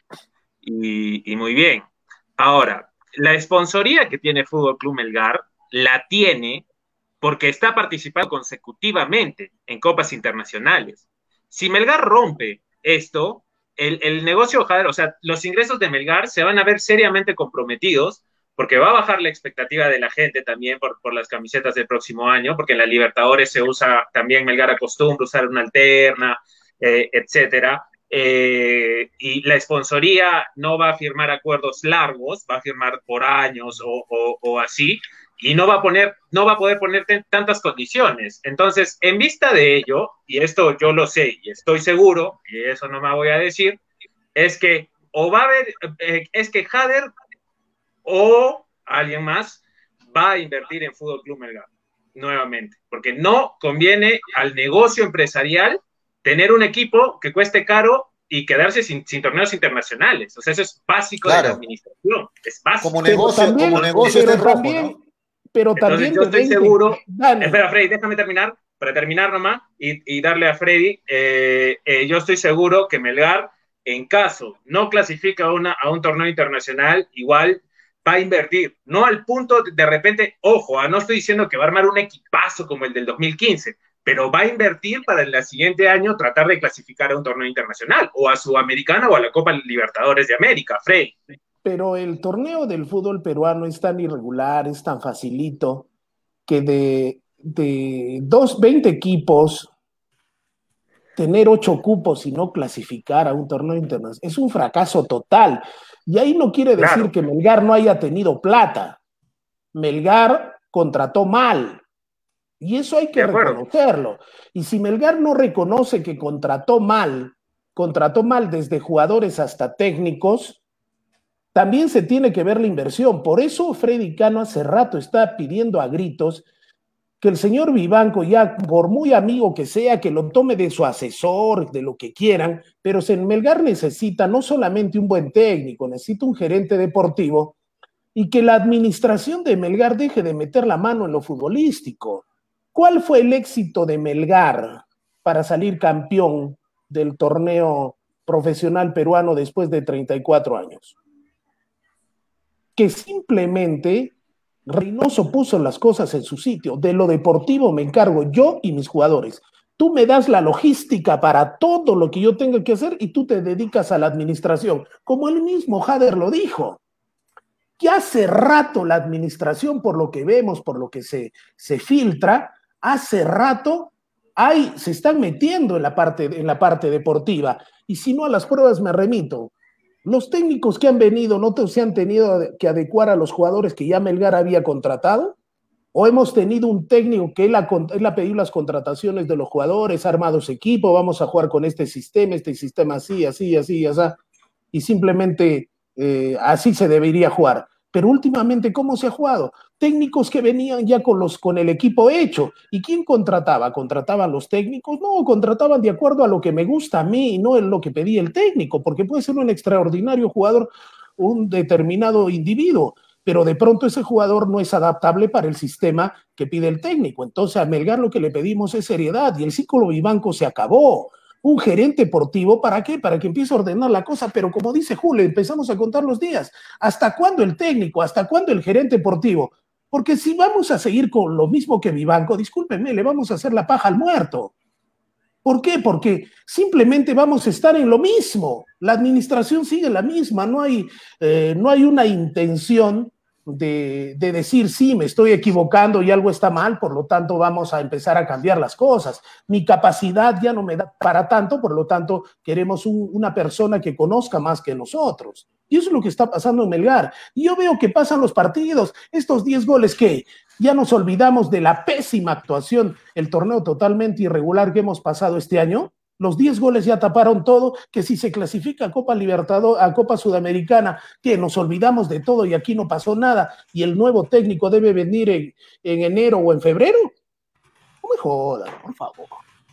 muy bien. Ahora, la sponsoría que tiene Fútbol Club Melgar la tiene porque está participando consecutivamente en copas internacionales. Si Melgar rompe esto, el negocio, o sea, los ingresos de Melgar se van a ver seriamente comprometidos porque va a bajar la expectativa de la gente también por las camisetas del próximo año, porque en la Libertadores se usa, también Melgar acostumbra usar una alterna, etcétera. Y la sponsoría no va a firmar acuerdos largos, va a firmar por años o así, y no va a poder poner tantas condiciones. Entonces, en vista de ello, y esto yo lo sé y estoy seguro, y eso no me voy a decir, es que o va a haber, es que Hader o alguien más va a invertir en Fútbol Club Melgar nuevamente, porque no conviene al negocio empresarial tener un equipo que cueste caro y quedarse sin torneos internacionales. O sea, eso es básico de la administración. Es básico. Como negocio está en rojo, ¿no? Pero también entonces yo estoy seguro. Espera, Freddy, déjame terminar. Para terminar nomás y darle a Freddy, yo estoy seguro que Melgar, en caso no clasifica a un torneo internacional, igual va a invertir. No al punto de repente, ojo, no estoy diciendo que va a armar un equipazo como el del 2015, pero va a invertir para el siguiente año tratar de clasificar a un torneo internacional, o a Sudamericana o a la Copa Libertadores de América, Freddy. Pero el torneo del fútbol peruano es tan irregular, es tan facilito, que de 20 equipos, tener 8 cupos y no clasificar a un torneo internacional es un fracaso total. Y ahí no quiere decir que Melgar no haya tenido plata. Melgar contrató mal. Y eso hay que reconocerlo. Y si Melgar no reconoce que contrató mal desde jugadores hasta técnicos, también se tiene que ver la inversión. Por eso Freddy Cano hace rato está pidiendo a gritos que el señor Vivanco, ya por muy amigo que sea, que lo tome de su asesor, de lo que quieran, pero Melgar necesita no solamente un buen técnico, necesita un gerente deportivo y que la administración de Melgar deje de meter la mano en lo futbolístico. ¿Cuál fue el éxito de Melgar para salir campeón del torneo profesional peruano después de 34 años? Que simplemente Reynoso puso las cosas en su sitio. De lo deportivo me encargo yo y mis jugadores. Tú me das la logística para todo lo que yo tenga que hacer y tú te dedicas a la administración. Como el mismo Jader lo dijo. Ya hace rato la administración, por lo que vemos, por lo que se filtra, hace rato se están metiendo en la parte deportiva. Y si no, a las pruebas me remito. Los técnicos que han venido no se han tenido que adecuar a los jugadores que ya Melgar había contratado, o hemos tenido un técnico que él ha pedido las contrataciones de los jugadores, ha armado su equipo, vamos a jugar con este sistema así, y simplemente así se debería jugar. Pero últimamente, ¿cómo se ha jugado? Técnicos que venían ya con el equipo hecho. ¿Y quién contrataba? ¿Contrataban los técnicos? No, contrataban de acuerdo a lo que me gusta a mí y no en lo que pedía el técnico, porque puede ser un extraordinario jugador, un determinado individuo, pero de pronto ese jugador no es adaptable para el sistema que pide el técnico. Entonces a Melgar lo que le pedimos es seriedad y el ciclo Vivanco se acabó. Un gerente deportivo, ¿para qué? Para que empiece a ordenar la cosa, pero como dice Julio, empezamos a contar los días. ¿Hasta cuándo el técnico? ¿Hasta cuándo el gerente deportivo? Porque si vamos a seguir con lo mismo que Vivanco, discúlpenme, le vamos a hacer la paja al muerto. ¿Por qué? Porque simplemente vamos a estar en lo mismo. La administración sigue la misma, no hay una intención de decir, sí, me estoy equivocando y algo está mal, por lo tanto vamos a empezar a cambiar las cosas. Mi capacidad ya no me da para tanto, por lo tanto queremos una persona que conozca más que nosotros. Y eso es lo que está pasando en Melgar. Y yo veo que pasan los partidos, estos 10 goles que ya nos olvidamos de la pésima actuación, el torneo totalmente irregular que hemos pasado este año. Los 10 goles ya taparon todo, que si se clasifica a Copa Libertadores, a Copa Sudamericana, que nos olvidamos de todo y aquí no pasó nada, y el nuevo técnico debe venir en enero o en febrero. No me jodan, por favor.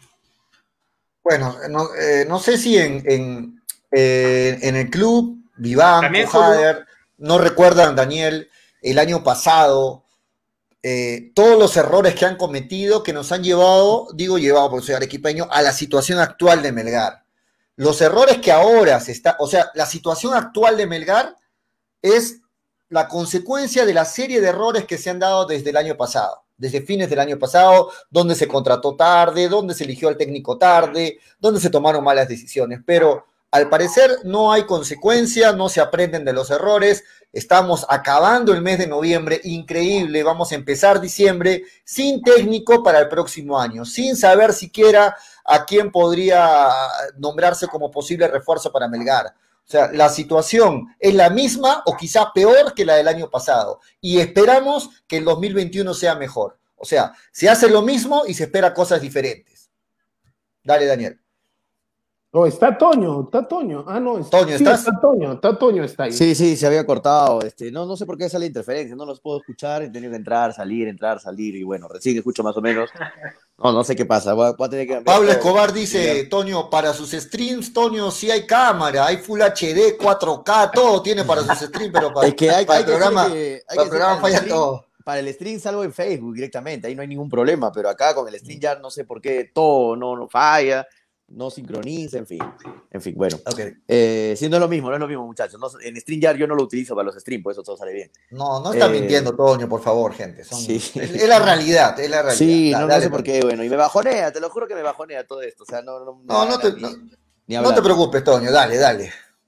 Bueno, no sé si en el club, Vivanco, Jader, no recuerdan, Daniel, el año pasado, todos los errores que han cometido, que nos han llevado porque soy arequipeño, a la situación actual de Melgar. Los errores que ahora la situación actual de Melgar es la consecuencia de la serie de errores que se han dado desde el año pasado, desde fines del año pasado, donde se contrató tarde, donde se eligió al técnico tarde, donde se tomaron malas decisiones, pero al parecer no hay consecuencia, no se aprenden de los errores. Estamos acabando el mes de noviembre, increíble, vamos a empezar diciembre sin técnico para el próximo año, sin saber siquiera a quién podría nombrarse como posible refuerzo para Melgar. O sea, la situación es la misma o quizá peor que la del año pasado y esperamos que el 2021 sea mejor. O sea, se hace lo mismo y se espera cosas diferentes. Dale, Daniel. No, está Toño. Ah, no, Toño, sí, ¿estás? Toño está ahí. Sí, se había cortado. No sé por qué sale interferencia, no los puedo escuchar, he tenido que entrar, salir, y bueno, recién escucho más o menos. No sé qué pasa, voy a tener que... Pablo Escobar dice, Toño, para sus streams, Toño, sí hay cámara, hay Full HD, 4K, todo tiene para sus streams, pero para, es que para el programa, para el programa falla todo. Para el stream salgo en Facebook directamente, ahí no hay ningún problema, pero acá con el stream ya no sé por qué todo no falla, no sincroniza, en fin, bueno. Okay. Sí, no es lo mismo, muchachos. En StreamYard yo no lo utilizo para los streams, por eso todo sale bien. No está mintiendo, Toño, por favor, gente. Sí. Es la realidad, Sí, no sé por qué, bueno, y me bajonea, te lo juro que me bajonea todo esto, o sea, no te preocupes, Toño, dale.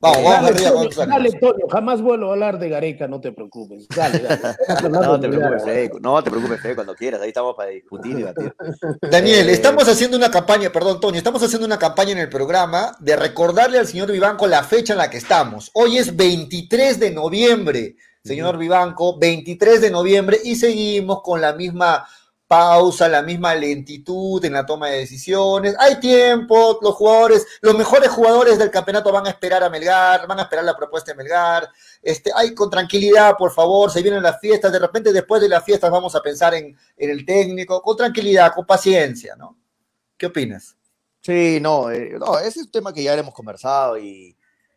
Vamos arriba. Dale, Toño, jamás vuelvo a hablar de Gareca, no te preocupes. Dale. No te preocupes, Fede, cuando quieras. Ahí estamos para discutir y debatir. Daniel, estamos haciendo una campaña, perdón, Toño, estamos haciendo una campaña en el programa de recordarle al señor Vivanco la fecha en la que estamos. Hoy es 23 de noviembre, señor Vivanco, 23 de noviembre, y seguimos con la misma pausa, la misma lentitud en la toma de decisiones. Hay tiempo, los mejores jugadores del campeonato van a esperar a Melgar, van a esperar la propuesta de Melgar. Con tranquilidad, por favor, se vienen las fiestas, de repente después de las fiestas vamos a pensar en el técnico, con tranquilidad, con paciencia, ¿no? ¿Qué opinas? Sí, no, ese es un tema que ya hemos conversado y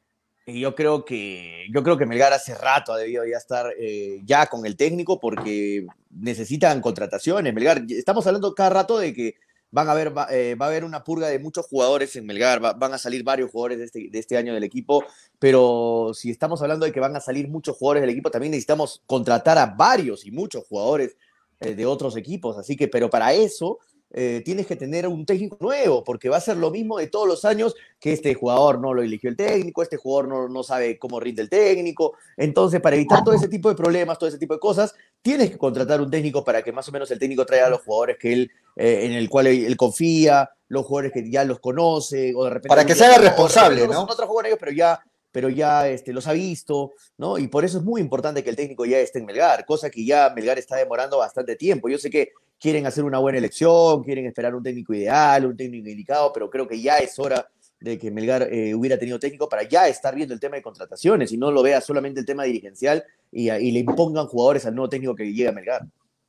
yo creo que Melgar hace rato ha debido ya estar ya con el técnico porque necesitan contrataciones. Melgar, estamos hablando cada rato de que va a haber una purga de muchos jugadores en Melgar, van a salir varios jugadores de este año del equipo, pero si estamos hablando de que van a salir muchos jugadores del equipo, también necesitamos contratar a varios y muchos jugadores de otros equipos, así que, pero para eso tienes que tener un técnico nuevo, porque va a ser lo mismo de todos los años, que este jugador no lo eligió el técnico, este jugador no sabe cómo rinde el técnico. Entonces, para evitar todo ese tipo de problemas, todo ese tipo de cosas, tienes que contratar un técnico para que más o menos el técnico traiga a los jugadores que en el cual él confía, los jugadores que ya los conoce, o de repente... Para que se haga responsable, ¿no? No trabajó con ellos, pero ya los ha visto, ¿no? Y por eso es muy importante que el técnico ya esté en Melgar, cosa que ya Melgar está demorando bastante tiempo. Yo sé que quieren hacer una buena elección, quieren esperar un técnico ideal, un técnico indicado, pero creo que ya es hora de que Melgar hubiera tenido técnico para ya estar viendo el tema de contrataciones y no lo vea solamente el tema dirigencial y le impongan jugadores al nuevo técnico que llegue a Melgar.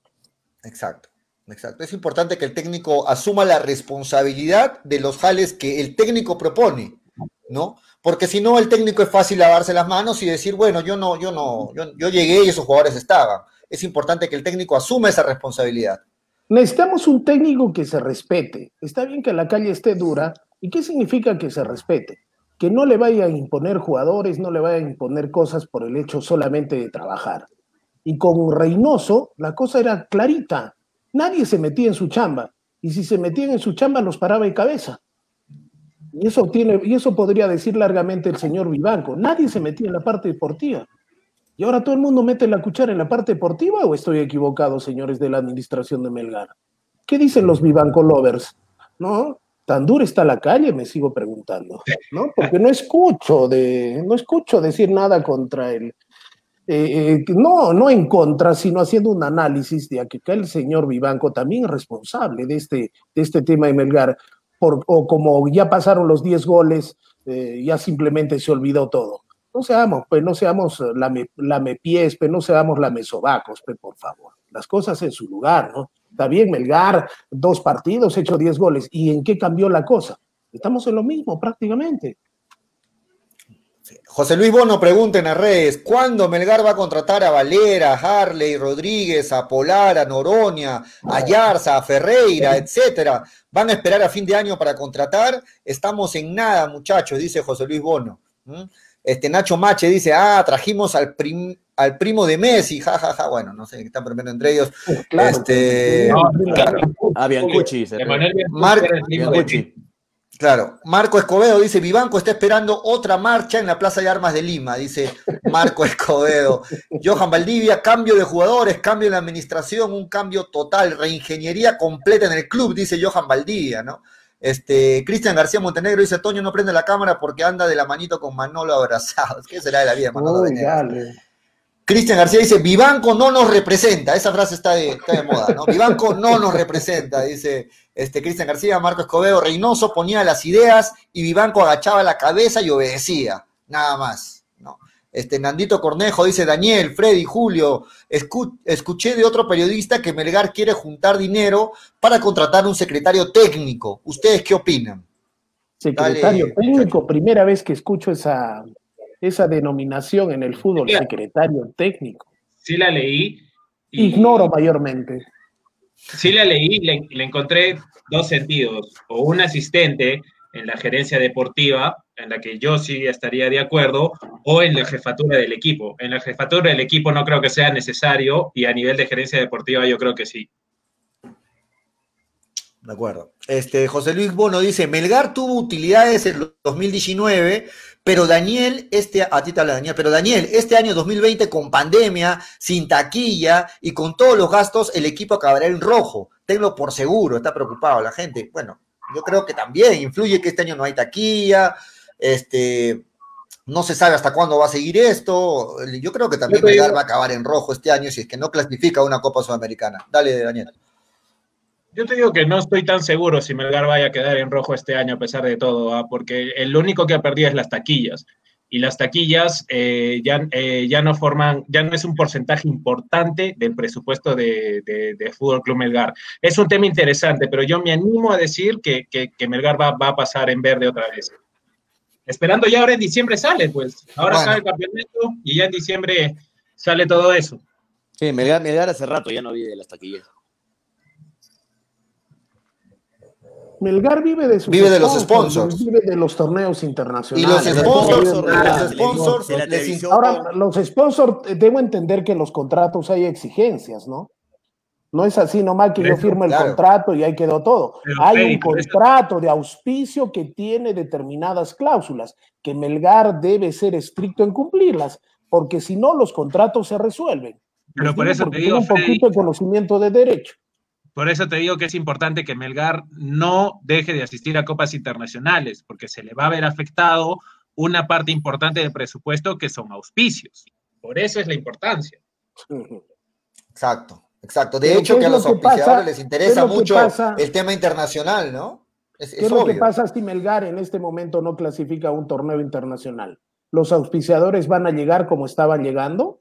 Exacto. Es importante que el técnico asuma la responsabilidad de los jales que el técnico propone, ¿no? Porque si no, el técnico es fácil lavarse las manos y decir, bueno, yo llegué y esos jugadores estaban. Es importante que el técnico asuma esa responsabilidad. Necesitamos un técnico que se respete. Está bien que la calle esté dura. ¿Y qué significa que se respete? Que no le vaya a imponer jugadores, no le vaya a imponer cosas por el hecho solamente de trabajar. Y con Reynoso la cosa era clarita. Nadie se metía en su chamba. Y si se metían en su chamba los paraba de cabeza. Y eso podría decir largamente el señor Vivanco. Nadie se metía en la parte deportiva. ¿Y ahora todo el mundo mete la cuchara en la parte deportiva o estoy equivocado, señores de la administración de Melgar? ¿Qué dicen los Vivanco lovers? ¿No? ¿Tan dura está la calle? Me sigo preguntando, ¿no? Porque no escucho decir nada contra él. No en contra, sino haciendo un análisis de que el señor Vivanco también es responsable de este tema de Melgar. O como ya pasaron los 10 goles, ya simplemente se olvidó todo. No seamos lamepiés, no seamos lamesobacos, por favor. Las cosas en su lugar, ¿no? Está bien, Melgar, 2 partidos, hecho 10 goles. ¿Y en qué cambió la cosa? Estamos en lo mismo, prácticamente. José Luis Bono pregunta en las redes, ¿cuándo Melgar va a contratar a Valera, a Harley, Rodríguez, a Polar, a Noroña, a Yarza, a Ferreira, etcétera? ¿Van a esperar a fin de año para contratar? Estamos en nada, muchachos, dice José Luis Bono. Nacho Mache dice, trajimos al primo de Messi, jajaja, bueno, no sé, están perdiendo entre ellos. Claro, Biancucci. Biancucci. Claro, Marco Escobedo dice, Vivanco está esperando otra marcha en la Plaza de Armas de Lima, dice Marco Escobedo. Johan Valdivia, cambio de jugadores, cambio en la administración, un cambio total, reingeniería completa en el club, dice Johan Valdivia, ¿no? Cristian García Montenegro dice, Toño no prende la cámara porque anda de la manito con Manolo abrazados. ¿Qué será de la vida, Manolo Venegas? Cristian García dice, Vivanco no nos representa. Esa frase está de moda, ¿no? Vivanco no nos representa, dice Cristian García. Marco Escobedo, Reynoso ponía las ideas y Vivanco agachaba la cabeza y obedecía. Nada más, ¿no? Nandito Cornejo dice, Daniel, Freddy, Julio, escuché de otro periodista que Melgar quiere juntar dinero para contratar un secretario técnico. ¿Ustedes qué opinan? Secretario técnico, primera vez que escucho esa denominación en el fútbol, secretario técnico. Sí la leí. Ignoro mayormente. Sí la leí, le encontré 2 sentidos. O un asistente en la gerencia deportiva, en la que yo sí estaría de acuerdo, o en la jefatura del equipo. En la jefatura del equipo no creo que sea necesario, y a nivel de gerencia deportiva yo creo que sí. De acuerdo. José Luis Bono dice, Melgar tuvo utilidades en el 2019, pero Daniel, a ti te habla Daniel, pero Daniel, este año 2020 con pandemia, sin taquilla y con todos los gastos, el equipo acabará en rojo. Tenlo por seguro, está preocupado la gente. Bueno, yo creo que también influye que este año no hay taquilla, no se sabe hasta cuándo va a seguir esto. Yo creo que también Melgar va a acabar en rojo este año si es que no clasifica a una Copa Sudamericana. Dale, Daniel. Yo te digo que no estoy tan seguro si Melgar vaya a quedar en rojo este año a pesar de todo, porque lo único que ha perdido es las taquillas. Y las taquillas ya no forman, ya no es un porcentaje importante del presupuesto de Fútbol Club Melgar. Es un tema interesante, pero yo me animo a decir que Melgar va a pasar en verde otra vez. Esperando ya ahora en diciembre sale, pues. Ahora sale el campeonato y ya en diciembre sale todo eso. Sí, Melgar hace rato ya no vive de las taquillas. Melgar vive de los sponsors, vive de los torneos internacionales. Y los sponsors, ahora, los sponsors, debo entender que en los contratos hay exigencias, ¿no? No es así nomás que yo firmo el contrato y ahí quedó todo. Hay un contrato de auspicio que tiene determinadas cláusulas, que Melgar debe ser estricto en cumplirlas, porque si no, los contratos se resuelven. Pero por eso te digo, un poquito de conocimiento de derecho. Por eso te digo que es importante que Melgar no deje de asistir a copas internacionales, porque se le va a ver afectado una parte importante del presupuesto que son auspicios. Por eso es la importancia. Exacto. De hecho, que a los auspiciadores les interesa mucho el tema internacional, ¿no? ¿Qué es lo que pasa si Melgar en este momento no clasifica a un torneo internacional? ¿Los auspiciadores van a llegar como estaban llegando?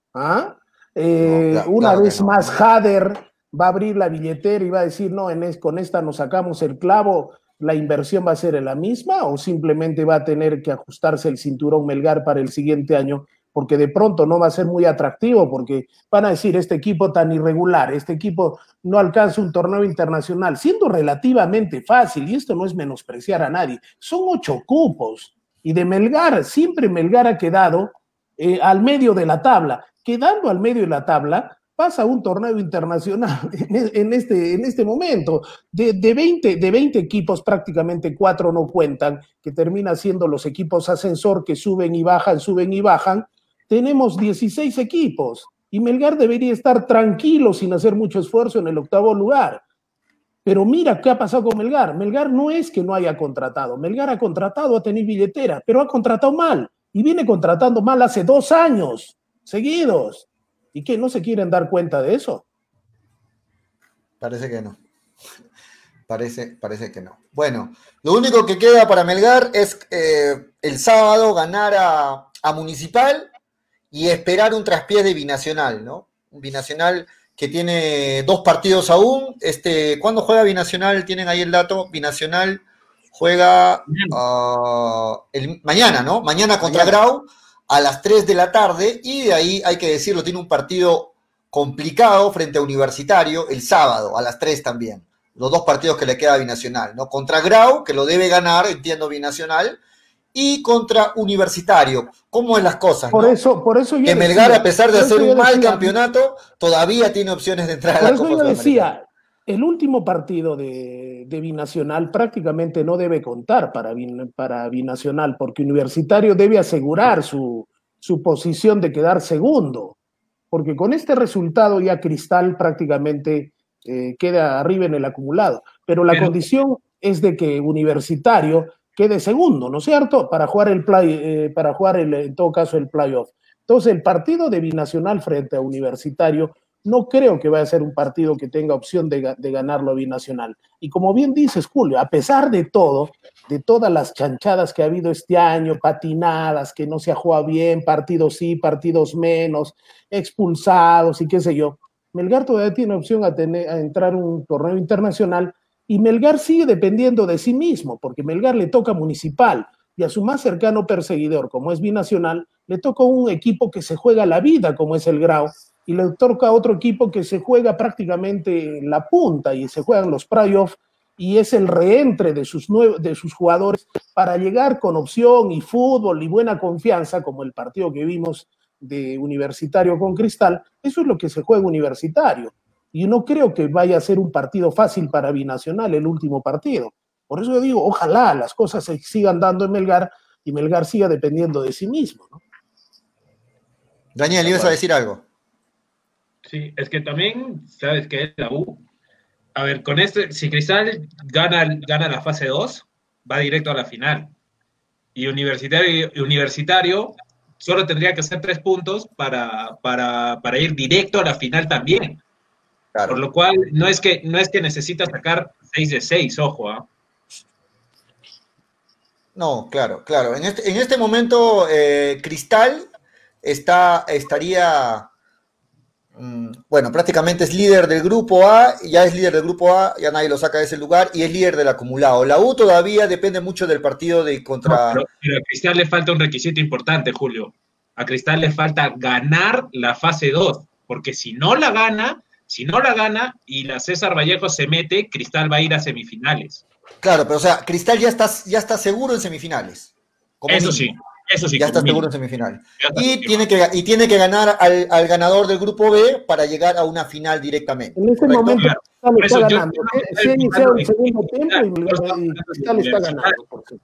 Una vez más, Jader va a abrir la billetera y va a decir, no, con esta nos sacamos el clavo, ¿la inversión va a ser la misma o simplemente va a tener que ajustarse el cinturón Melgar para el siguiente año? Porque de pronto no va a ser muy atractivo, porque van a decir, este equipo tan irregular, este equipo no alcanza un torneo internacional, siendo relativamente fácil, y esto no es menospreciar a nadie, son 8 cupos, y de Melgar, siempre Melgar ha quedado al medio de la tabla, quedando al medio de la tabla, pasa un torneo internacional en este momento. De 20 equipos, prácticamente 4 no cuentan, que termina siendo los equipos ascensor que suben y bajan. Tenemos 16 equipos y Melgar debería estar tranquilo sin hacer mucho esfuerzo en el 8º lugar. Pero mira qué ha pasado con Melgar. Melgar no es que no haya contratado. Melgar ha contratado, ha tenido billetera, pero ha contratado mal. Y viene contratando mal hace 2 años seguidos. ¿Y qué? ¿No se quieren dar cuenta de eso? Parece que no. Parece que no. Bueno, lo único que queda para Melgar es el sábado ganar a Municipal y esperar un traspiés de Binacional, ¿no? Un Binacional que tiene 2 partidos aún. ¿Cuándo juega Binacional? ¿Tienen ahí el dato? Binacional juega mañana, ¿no? Mañana contra Grau a las 3 de la tarde, y de ahí, hay que decirlo, tiene un partido complicado frente a Universitario el sábado a las 3 también. Los 2 partidos que le queda a Binacional, ¿no? Contra Grau, que lo debe ganar, entiendo, Binacional, y contra Universitario. ¿Cómo es las cosas? Por eso yo que Melgar, a pesar de hacer un mal campeonato, todavía tiene opciones de entrar a la Copa Sudamericana. Por eso yo decía, el último partido de Binacional prácticamente no debe contar para Binacional, porque Universitario debe asegurar su posición de quedar segundo, porque con este resultado ya Cristal prácticamente queda arriba en el acumulado, pero la condición es de que Universitario quede segundo, ¿no es cierto?, para jugar en todo caso el playoff. Entonces el partido de Binacional frente a Universitario no creo que vaya a ser un partido que tenga opción de ganarlo Binacional. Y como bien dices, Julio, a pesar de todo, de todas las chanchadas que ha habido este año, patinadas, que no se ha jugado bien, partidos sí, partidos menos, expulsados y qué sé yo, Melgar todavía tiene opción a entrar a un torneo internacional, y Melgar sigue dependiendo de sí mismo, porque Melgar le toca Municipal, y a su más cercano perseguidor, como es Binacional, le toca un equipo que se juega la vida, como es el Grau, y le toca a otro equipo que se juega prácticamente la punta y se juegan los playoffs, y es el reentre de sus jugadores para llegar con opción y fútbol y buena confianza, como el partido que vimos de Universitario con Cristal. Eso es lo que se juega Universitario. Y no creo que vaya a ser un partido fácil para Binacional el último partido. Por eso yo digo, ojalá las cosas se sigan dando en Melgar y Melgar siga dependiendo de sí mismo, ¿no? Daniel, ¿ibas a decir algo? Sí, es que también, ¿sabes qué? La U. A ver, con si Cristal gana la fase 2, va directo a la final. Y Universitario solo tendría que hacer 3 puntos para ir directo a la final también. Claro. Por lo cual, no es que necesita sacar 6 de 6, ojo, ¿ah? No, claro. En este momento, Cristal estaría, bueno, prácticamente es líder del grupo A, ya es líder del grupo A, ya nadie lo saca de ese lugar, y es líder del acumulado. La U todavía depende mucho del partido de contra... No, pero a Cristal le falta un requisito importante, Julio. A Cristal le falta ganar la fase 2, porque si no la gana y la César Vallejo se mete, Cristal va a ir a semifinales. Claro, pero o sea, Cristal ya está seguro en semifinales. Eso sí. Ya está seguro en semifinales. Y tiene que ganar al ganador del grupo B para llegar a una final directamente. En ese momento Cristal está ganando. Se ha iniciado el segundo tiempo y Cristal está ganando.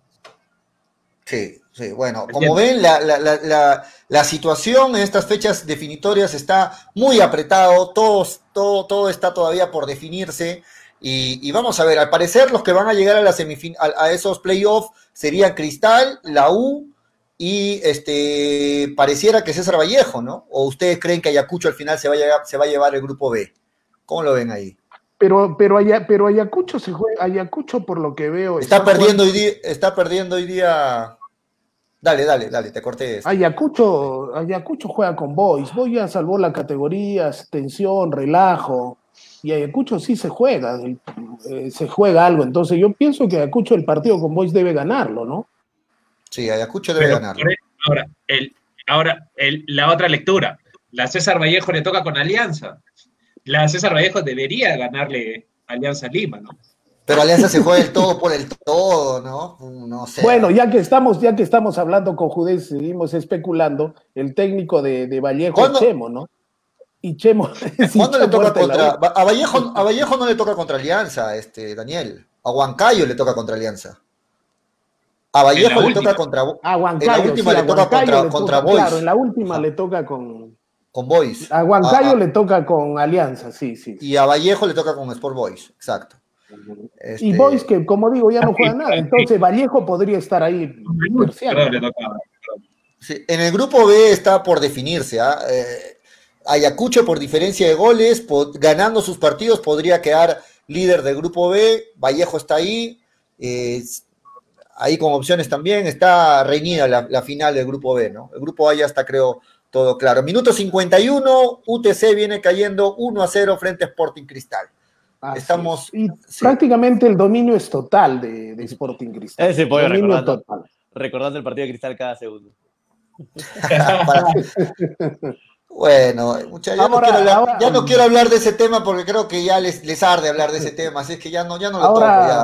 Sí, bueno, como ven, la situación en estas fechas definitorias está muy apretado, todo está todavía por definirse, y vamos a ver, al parecer los que van a llegar a la a esos playoffs serían Cristal, la U, y pareciera que César Vallejo, ¿no? ¿O ustedes creen que Ayacucho al final se va a llevar el grupo B? ¿Cómo lo ven ahí? Pero Ayacucho se juega, Ayacucho por lo que veo está perdiendo hoy día. Dale, te corté esto. Ayacucho juega con Boys ya salvó la categoría, tensión, relajo, y Ayacucho sí se juega algo, entonces yo pienso que Ayacucho el partido con Boys debe ganarlo, ¿no? Sí, Ayacucho debe ganarlo. Ahora, la otra lectura, la César Vallejo le toca con Alianza. La César Vallejo debería ganarle a Alianza Lima, ¿no? Pero Alianza se juega el todo por el todo, ¿no? No sé. Bueno, ya que estamos hablando con Judez, seguimos especulando, el técnico de Vallejo es Chemo, ¿no? Y Chemo... ¿Cuándo le toca contra... A Vallejo no le toca contra Alianza, Daniel. A Huancayo le toca contra Alianza. A Vallejo le toca contra... A Huancayo, en la última le toca contra Boys. Claro, en la última le toca con Boys. A Huancayo le toca con Alianza, sí. Y a Vallejo le toca con Sport Boys, exacto. Y Boys, que como digo, ya no juega nada, entonces Vallejo podría estar ahí. Sí, en el grupo B está por definirse. Ayacucho, por diferencia de goles, ganando sus partidos, podría quedar líder del grupo B. Vallejo está ahí. Ahí con opciones también. Está reñida la final del grupo B, ¿no? El grupo A ya está, creo, todo claro. Minuto 51, UTC viene cayendo 1-0 frente a Sporting Cristal. Estamos... Y prácticamente el dominio es total de Sporting Cristal. Ese pollo recordando el partido de Cristal cada segundo. Bueno, muchachos, no quiero hablar de ese tema porque creo que ya les arde hablar de ese tema, así es que ya no lo toco.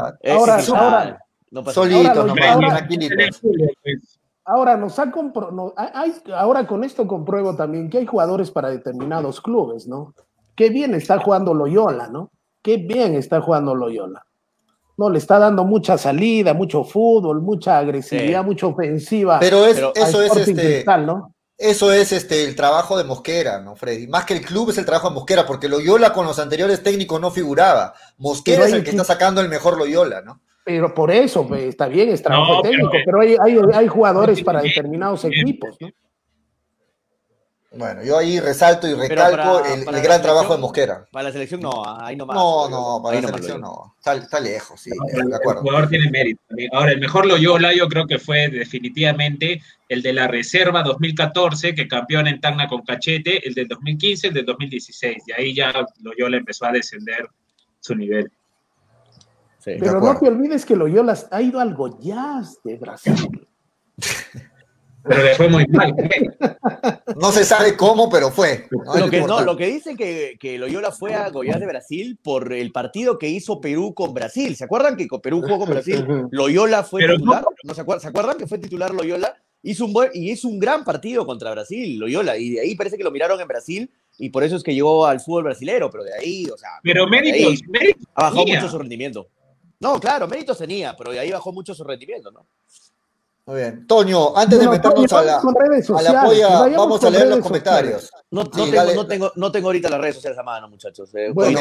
Ahora ahora con esto compruebo también que hay jugadores para determinados clubes, ¿no? Qué bien está jugando Loyola, ¿no? Qué bien está jugando Loyola. No, le está dando mucha salida, mucho fútbol, mucha agresividad, mucha ofensiva. Pero eso es Cristal, ¿no? Eso es el trabajo de Mosquera, ¿no, Freddy? Más que el club es el trabajo de Mosquera, porque Loyola con los anteriores técnicos no figuraba. Mosquera es el que está sacando el mejor Loyola, ¿no? Pero por eso, pues, está bien, es trabajo técnico, pero hay jugadores para determinados equipos, ¿no? Bueno, yo ahí resalto y recalco el gran trabajo de Mosquera. Para la selección no, ahí nomás. No, para la selección no. Está lejos, sí, de acuerdo. El jugador tiene mérito. Ahora, el mejor Loyola yo creo que fue definitivamente el de la reserva 2014, que campeón en Tacna con Cachete, el del 2015, el del 2016. Y ahí ya Loyola empezó a descender su nivel. Sí, pero no te olvides que Loyola ha ido al Goiás de Brasil. Pero le fue muy mal. No se sabe cómo, pero fue. Lo que dice que Loyola fue a Goiás de Brasil por el partido que hizo Perú con Brasil. ¿Se acuerdan que Perú jugó con Brasil? Loyola fue titular. ¿No se acuerdan que fue titular Loyola? Hizo un gran partido contra Brasil, Loyola, y de ahí parece que lo miraron en Brasil y por eso es que llegó al fútbol brasilero, pero de ahí, o sea... Pero méritos ha bajado tenía. mucho su rendimiento. No, claro, méritos tenía, pero de ahí bajó mucho su rendimiento, ¿no? Muy bien. Toño, antes de meternos a la polla, vamos a leer los comentarios. No tengo ahorita las redes sociales a mano, muchachos. Bueno,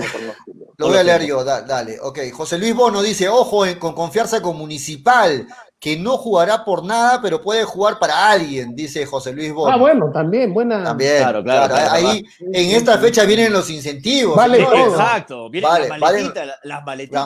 lo voy a leer yo, dale. Ok, José Luis Bono dice, ojo con confianza con Municipal, que no jugará por nada, pero puede jugar para alguien, dice José Luis Bono. Ah, bueno, también, buena. También, claro. Ahí, en esta fecha vienen los incentivos. Vale, señores. Exacto, vienen las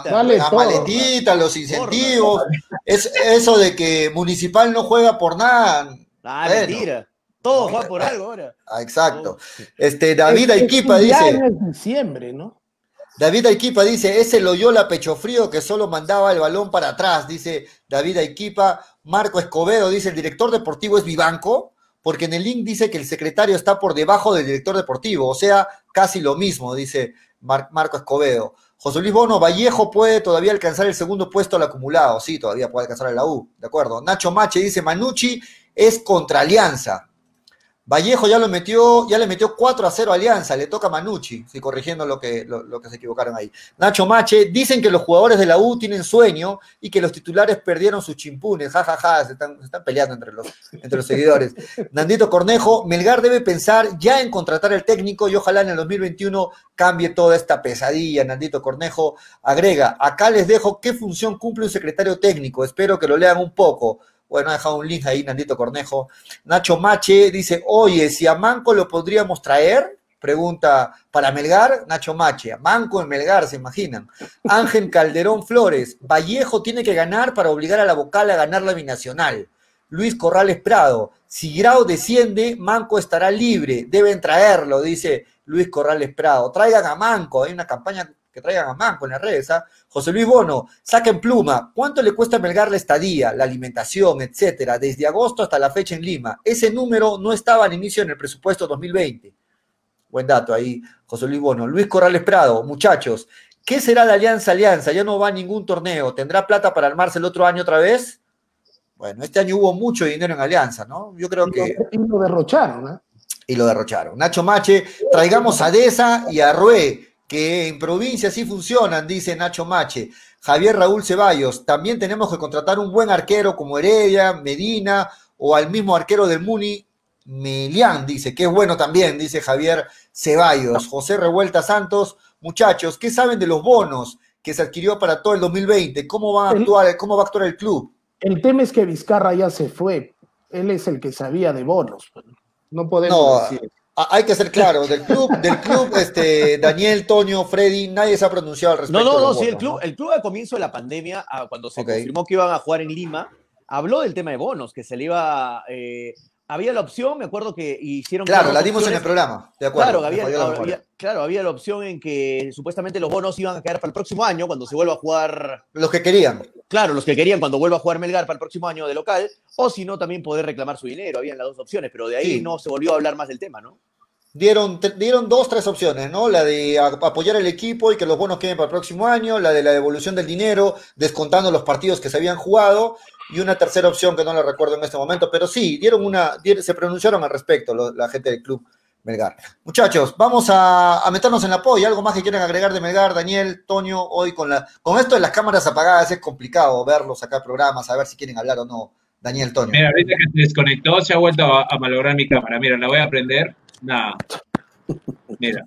maletitas, los incentivos. Es eso de que Municipal no juega por nada. Mentira. Todo juega por algo ahora. Exacto. David Aiquipa dice. Es diciembre, ¿no? David Aiquipa dice, ese Loyola pecho frío que solo mandaba el balón para atrás, dice David Aiquipa. Marco Escobedo dice, el director deportivo es Vivanco, porque en el link dice que el secretario está por debajo del director deportivo, o sea, casi lo mismo, dice Marco Escobedo. José Luis Bono, Vallejo puede todavía alcanzar el segundo puesto al acumulado, sí, todavía puede alcanzar a la U, de acuerdo. Nacho Mache dice, Manucci es contra Alianza. Vallejo ya le metió 4-0 a Alianza, le toca a Manucci, sí, corrigiendo lo que se equivocaron ahí. Nacho Mache, dicen que los jugadores de la U tienen sueño y que los titulares perdieron sus chimpunes, jajaja, se están peleando entre los seguidores. Nandito Cornejo, Melgar debe pensar ya en contratar al técnico y ojalá en el 2021 cambie toda esta pesadilla. Nandito Cornejo agrega, acá les dejo qué función cumple un secretario técnico, espero que lo lean un poco. Bueno, ha dejado un link ahí, Nandito Cornejo. Nacho Mache dice, oye, si a Manco lo podríamos traer, pregunta para Melgar, Nacho Mache. A Manco en Melgar, ¿se imaginan? Ángel Calderón Flores, Vallejo tiene que ganar para obligar a la Vocal a ganar la binacional. Luis Corrales Prado, si Grau desciende, Manco estará libre, deben traerlo, dice Luis Corrales Prado. Traigan a Manco, hay una campaña que traigan a Manco en las redes, ¿ah? José Luis Bono, saquen pluma, ¿cuánto le cuesta a Melgar la estadía, la alimentación, etcétera, desde agosto hasta la fecha en Lima? Ese número no estaba al inicio en el presupuesto 2020. Buen dato ahí, José Luis Bono. Luis Corrales Prado, muchachos, ¿qué será de Alianza? Ya no va a ningún torneo, ¿tendrá plata para armarse el otro año otra vez? Bueno, este año hubo mucho dinero en Alianza, ¿no? Yo creo que... Y lo derrocharon, ¿eh? Y lo derrocharon. Nacho Mache, traigamos a Deza y a Rué, que en provincia sí funcionan, dice Nacho Mache. Javier Raúl Ceballos, también tenemos que contratar un buen arquero como Heredia, Medina, o al mismo arquero del Muni, Melián, dice, que es bueno también, dice Javier Ceballos. José Revuelta Santos, muchachos, ¿qué saben de los bonos que se adquirió para todo el 2020? ¿Cómo va a actuar el club? El tema es que Vizcarra ya se fue, él es el que sabía de bonos, no podemos decir. Hay que ser claro, del club, Daniel, Toño, Freddy, nadie se ha pronunciado al respecto. No, sí, el club al comienzo de la pandemia, cuando se confirmó que iban a jugar en Lima, habló del tema de bonos, que se le iba, había la opción, me acuerdo que hicieron... Claro, la dimos en el programa, de acuerdo. Claro, había la opción en que supuestamente los bonos iban a quedar para el próximo año, cuando se vuelva a jugar... Los que querían. Claro, los que querían cuando vuelva a jugar Melgar para el próximo año de local, o si no, también poder reclamar su dinero, habían las dos opciones, pero de ahí no se volvió a hablar más del tema, ¿no? Dieron 2-3 opciones, ¿no? La de apoyar al equipo y que los bonos queden para el próximo año, la de la devolución del dinero, descontando los partidos que se habían jugado, y una tercera opción que no la recuerdo en este momento, pero sí, se pronunciaron al respecto la gente del club Melgar. Muchachos, vamos a meternos en la polla. ¿Algo más que quieran agregar de Melgar, Daniel, Toño? Hoy con esto de las cámaras apagadas es complicado verlos acá en programas, a ver si quieren hablar o no. Daniel, Toño. Mira, ahorita que se desconectó, se ha vuelto a malograr mi cámara. Mira, la voy a prender. Nada. Mira.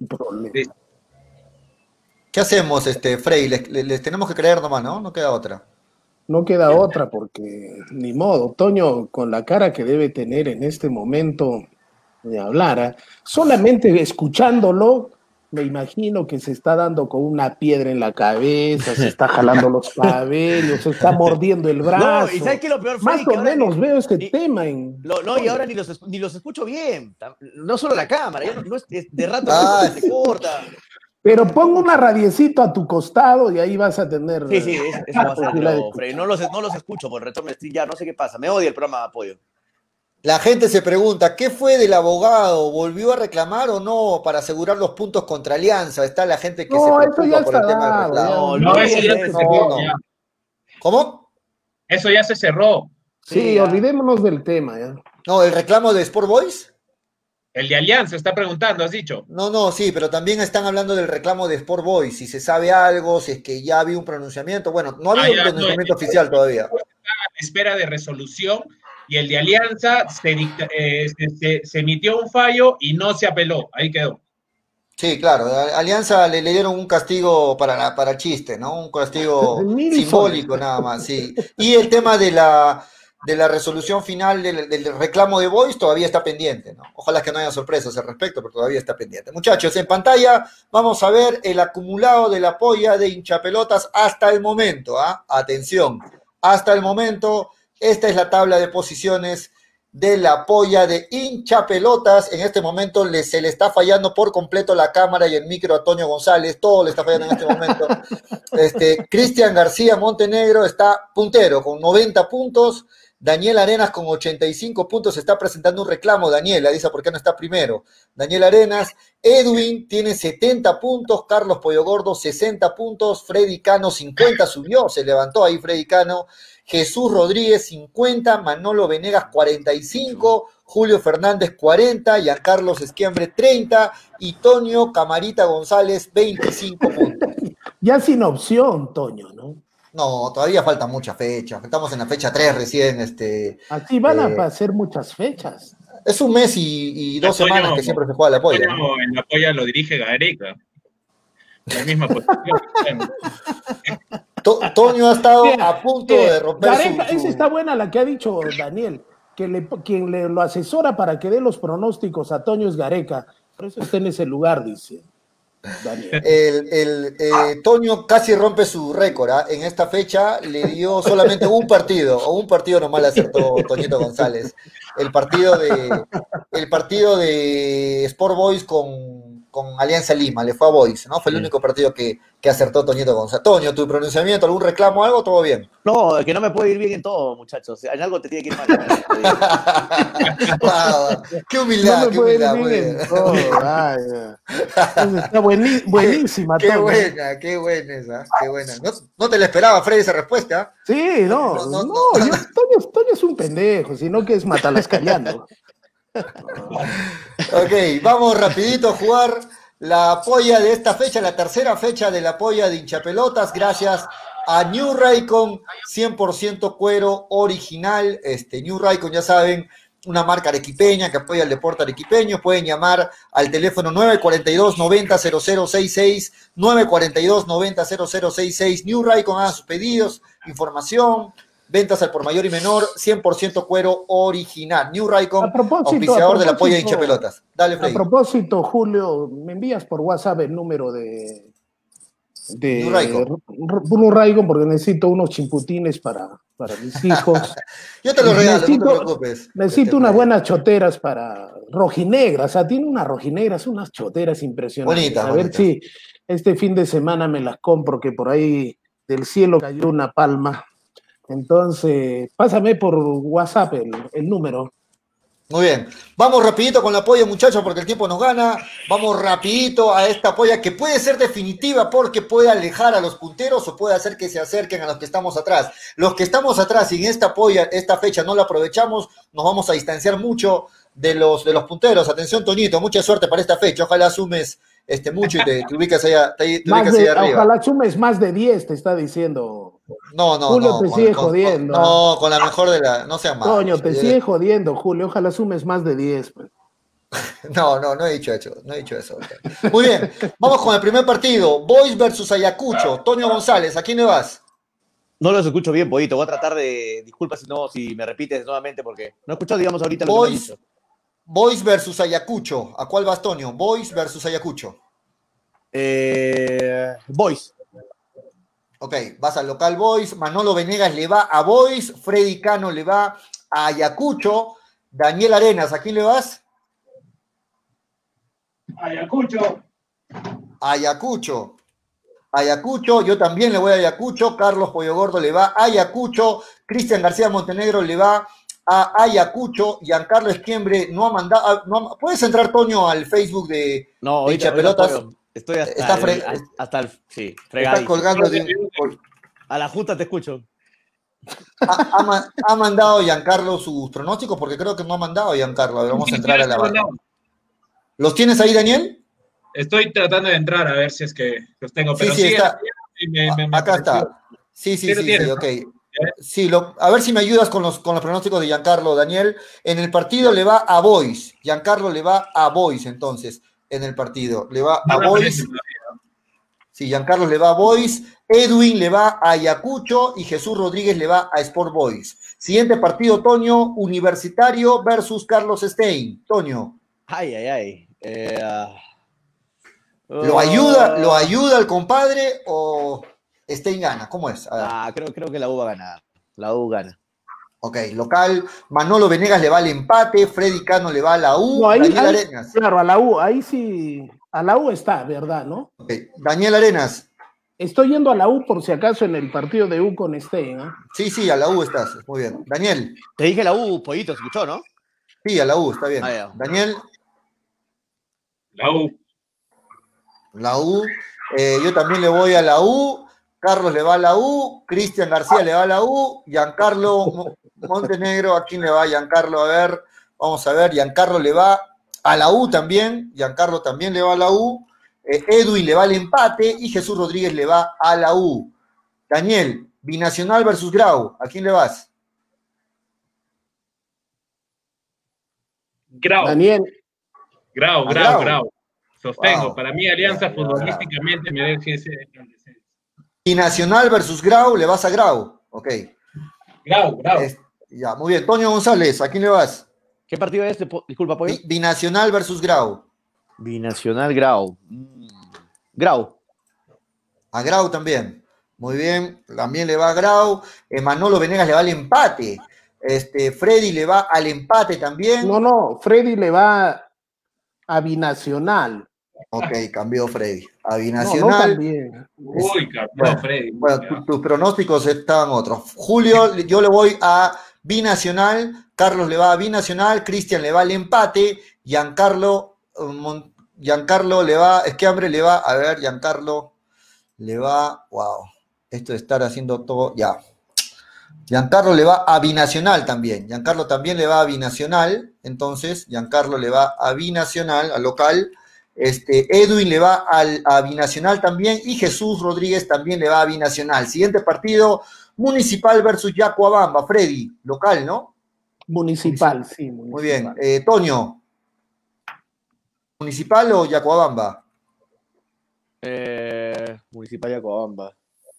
¿Qué hacemos, Frey? Les tenemos que creer nomás, ¿no? No queda otra. No queda otra porque ni modo. Toño, con la cara que debe tener en este momento de hablar, solamente escuchándolo, me imagino que se está dando con una piedra en la cabeza, se está jalando los cabellos, se está mordiendo el brazo. No, ¿y sabes qué es lo peor, Freddy? Más o menos veo este tema en... y ahora ni los escucho bien. No solo la cámara, no es de rato se corta. Pero pongo una radiecito a tu costado y ahí vas a tener... Sí, eso va a ser Freddy. No los escucho por el retorno de stream, ya no sé qué pasa. Me odia el programa de apoyo. La gente se pregunta, ¿qué fue del abogado? ¿Volvió a reclamar o no para asegurar los puntos contra Alianza? Está la gente que se preocupa por el tema del reclamo. Eso ya se cerró. ¿Cómo? Eso ya se cerró. Sí, olvidémonos del tema. ¿ya? No, ¿el reclamo de Sport Boys? El de Alianza está preguntando, has dicho. No, sí, pero también están hablando del reclamo de Sport Boys, si se sabe algo, si es que ya había un pronunciamiento. Bueno, no había un pronunciamiento oficial todavía. Espera de resolución, y el de Alianza se emitió un fallo y no se apeló, ahí quedó. Sí, claro, a Alianza le dieron un castigo para chiste, ¿no? Un castigo simbólico nada más, sí. Y el tema de la resolución final del reclamo de Boys todavía está pendiente, ¿no? Ojalá que no haya sorpresas al respecto, pero todavía está pendiente. Muchachos, en pantalla vamos a ver el acumulado de la polla de hinchapelotas hasta el momento, ¿ah? Atención, hasta el momento, esta es la tabla de posiciones de la polla de hinchapelotas. En este momento se le está fallando por completo la cámara y el micro a Toño González, todo le está fallando en este momento. Cristian García Montenegro está puntero con 90 puntos, Daniel Arenas con 85 puntos, está presentando un reclamo. Daniela dice por qué no está primero. Daniel Arenas, Edwin tiene 70 puntos, Carlos Pollo Gordo 60 puntos, Freddy Cano 50, subió, se levantó ahí Freddy Cano, Jesús Rodríguez 50, Manolo Venegas 45, Julio Fernández 40, Giancarlos Esquiambre 30 y Toño Camarita González 25 puntos. Ya sin opción, Toño, ¿no? No, todavía faltan muchas fechas. Estamos en la fecha 3 recién. Aquí van a pasar muchas fechas. Es un mes y 2 semanas que siempre se juega la polla. En la polla lo dirige Gareca. La misma posición. Toño ha estado a punto de romper Gareca, esa está buena la que ha dicho Daniel, que quien lo asesora para que dé los pronósticos a Toño es Gareca. Por eso está en ese lugar, dice Daniel. Toño casi rompe su récord, ¿eh? En esta fecha le dio solamente un partido nomás le acertó Toñito González. El partido de Sport Boys con Alianza Lima, le fue a Boys, ¿no? Fue el único partido que acertó Toñito González. Toño, ¿tu pronunciamiento, algún reclamo, algo? ¿Todo bien? No, es que no me puede ir bien en todo, muchachos. En algo te tiene que ir mal. Wow, qué humildad, no qué humildad. Está buenísima. Qué buena esa, qué buena. No te la esperaba, Freddy, esa respuesta. Sí, Toño es un pendejo, sino que es matalascariano. Ok, vamos rapidito a jugar la polla de esta fecha, la tercera fecha de la polla de hinchapelotas, gracias a New Raycon, 100% cuero original. New Raycon, ya saben, una marca arequipeña que apoya el deporte arequipeño. Pueden llamar al teléfono 942-90-0066, 942-90-0066. New Raycon, hagan sus pedidos, información, ventas al por mayor y menor, 100% cuero original. New Raycon, auspiciador de la polla de hinchapelotas. Dale, Freddy. A propósito, Julio, me envías por WhatsApp el número de Blue Raycon porque necesito unos chimputines para mis hijos. Yo te los regalo, no te preocupes. Necesito unas buenas choteras para rojinegras. O sea, tiene unas rojinegras, unas choteras impresionantes. Bonitas, a ver si este fin de semana me las compro, que por ahí del cielo cayó una palma. Entonces, pásame por WhatsApp el número. Muy bien, vamos rapidito con la polla, muchachos, porque el tiempo nos gana. Vamos rapidito a esta polla que puede ser definitiva porque puede alejar a los punteros o puede hacer que se acerquen a los que estamos atrás. Los que estamos atrás y en esta polla, esta fecha no la aprovechamos, nos vamos a distanciar mucho de los punteros. Atención, Toñito, mucha suerte para esta fecha. Ojalá sumes mucho y te ubicas allá, arriba. Ojalá sumes más de 10, te está diciendo. No. Julio, te sigue jodiendo. No, con la mejor de la. No sea malo. Toño, te sigue jodiendo, Julio. Ojalá sumes más de 10. Pues. No he dicho eso. Muy bien, vamos con el primer partido. Boys versus Ayacucho. Toño González, ¿a quién le vas? No los escucho bien, Pollito. Voy a tratar de. Disculpa si me repites nuevamente porque no he escuchado, digamos, ahorita lo que me has dicho. Boys versus Ayacucho. ¿A cuál vas, Toño? Boys versus Ayacucho. Boys. Ok, vas al local Boys. Manolo Venegas le va a Boys. Freddy Cano le va a Ayacucho. Daniel Arenas, ¿a quién le vas? Ayacucho, yo también le voy a Ayacucho. Carlos Pollo Gordo le va a Ayacucho. Cristian García Montenegro le va a Ayacucho. Giancarlo Esquiembre no ha mandado. ¿Puedes entrar, Toño, al Facebook de Hinchapelotas? Estoy hasta sí, fregadísimo. Está colgando. A la justa te escucho. ¿Ha mandado Giancarlo sus pronósticos? Porque creo que no ha mandado Giancarlo. A ver, vamos a entrar a la banda. ¿Los tienes ahí, Daniel? Estoy tratando de entrar a ver si es que los tengo, pero sí, está. Acá está. Sí, ok. Sí, a ver si me ayudas con los pronósticos de Giancarlo, Daniel. En el partido le va a Boys. Giancarlo le va a Boys, entonces. En el partido. Le va a Boys. Sí, Giancarlo le va a Boys. Edwin le va a Ayacucho y Jesús Rodríguez le va a Sport Boys. Siguiente partido, Toño, Universitario versus Carlos Stein. Toño. Ay. ¿Lo ayuda el compadre o Stein gana? ¿Cómo es? Creo que la U va a ganar. La U gana. Ok, local. Manolo Venegas le va al empate. Freddy Cano le va a la U. No, Daniel Arenas. Claro, a la U. Ahí sí. A la U está, ¿verdad? ¿No? Okay. Daniel Arenas. Estoy yendo a la U por si acaso en el partido de U con Stein, ¿eh? Sí, a la U estás. Muy bien. Daniel. Te dije la U, Pollito, ¿escuchó, no? Sí, a la U, está bien. Daniel. La U. La U. Yo también le voy a la U. Carlos le va a la U. Cristian García le va a la U. Giancarlo Montenegro, ¿a quién le va Giancarlo? A ver, vamos a ver. Giancarlo le va a la U también. Giancarlo también le va a la U. Edwin le va al empate y Jesús Rodríguez le va a la U. Daniel, Binacional versus Grau, ¿a quién le vas? Grau. Daniel. Grau. Sostengo. Para mí, Alianza futbolísticamente me debe decir. Binacional versus Grau, le vas a Grau. Ok. Grau. Ya, muy bien. Toño González, ¿a quién le vas? ¿Qué partido es este? Disculpa, Pollo. Binacional versus Grau. Binacional Grau. Grau. A Grau también. Muy bien. También le va a Grau. Manolo Venegas le va al empate. Freddy le va al empate también. No. Freddy le va a Binacional. Ok, cambió Freddy. A Binacional. Uy, cambió Freddy. Bueno, tus pronósticos estaban otros. Julio, yo le voy a Binacional. Carlos le va a Binacional. Cristian le va al empate. Giancarlo le va. Es que hambre le va. A ver, Giancarlo le va. Wow. Esto de estar haciendo todo. Ya. Giancarlo le va a Binacional también. Giancarlo también le va a Binacional. Entonces, Giancarlo le va a Binacional, al local. Edwin le va a Binacional también. Y Jesús Rodríguez también le va a Binacional. Siguiente partido, Municipal versus Yacuabamba. Freddy, local, ¿no? Municipal, sí. Muy bien. Toño, ¿Municipal o Yacuabamba? Municipal Yacuabamba.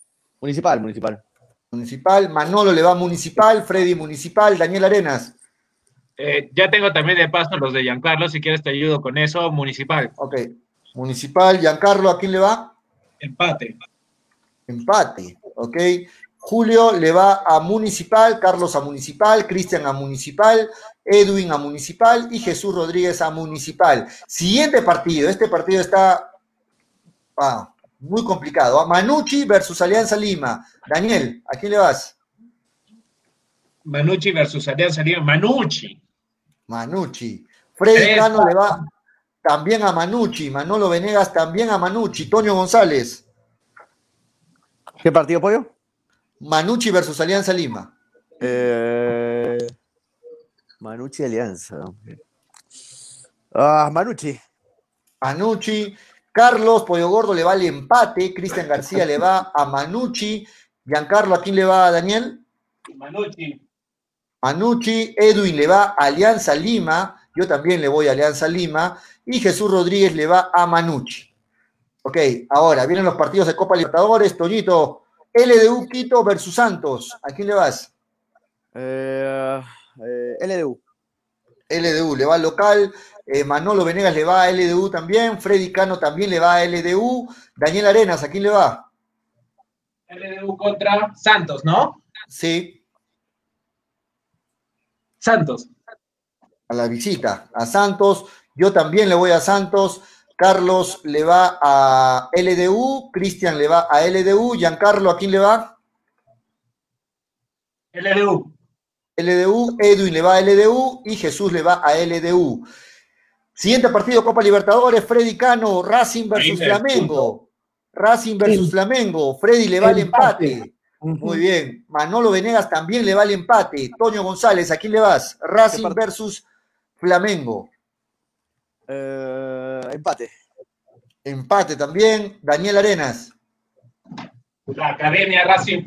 Municipal. Manolo le va a Municipal. Freddy, Municipal. Daniel Arenas. Ya tengo también de paso los de Giancarlo, si quieres te ayudo con eso. Municipal. Ok. Municipal, Giancarlo, ¿a quién le va? Empate. Ok. Julio le va a Municipal, Carlos a Municipal, Cristian a Municipal, Edwin a Municipal y Jesús Rodríguez a Municipal. Siguiente partido. Este partido está muy complicado. Manucci versus Alianza Lima. Daniel, ¿a quién le vas? Manucci versus Alianza Lima. Manucci. Freddy Cano le va también a Manucci. Manolo Venegas también a Manucci. Toño González. ¿Qué partido, Pollo? Manucci versus Alianza Lima. Manucci Alianza. Manucci. Carlos Pollo Gordo le va al empate. Cristian García le va a Manucci. Giancarlo, ¿a quién le va, Daniel? Manucci. Edwin le va a Alianza Lima. Yo también le voy a Alianza Lima. Y Jesús Rodríguez le va a Manucci. Ok, ahora vienen los partidos de Copa Libertadores. Toñito, LDU Quito versus Santos. ¿A quién le vas? LDU. LDU le va al local. Manolo Venegas le va a LDU también. Freddy Cano también le va a LDU. Daniel Arenas, ¿a quién le va? LDU contra Santos, ¿no? Sí. Santos. A la visita. A Santos. Yo también le voy a Santos. Carlos le va a LDU. Cristian le va a LDU. Giancarlo, ¿a quién le va? LDU. Edwin le va a LDU y Jesús le va a LDU. Siguiente partido, Copa Libertadores, Freddy Cano, Racing versus Flamengo. Flamengo. Freddy le va al empate. Muy bien. Manolo Venegas también le va al empate. Toño González, ¿a quién le vas? Racing versus Flamengo. Empate. Empate también. Daniel Arenas. La Academia Racing.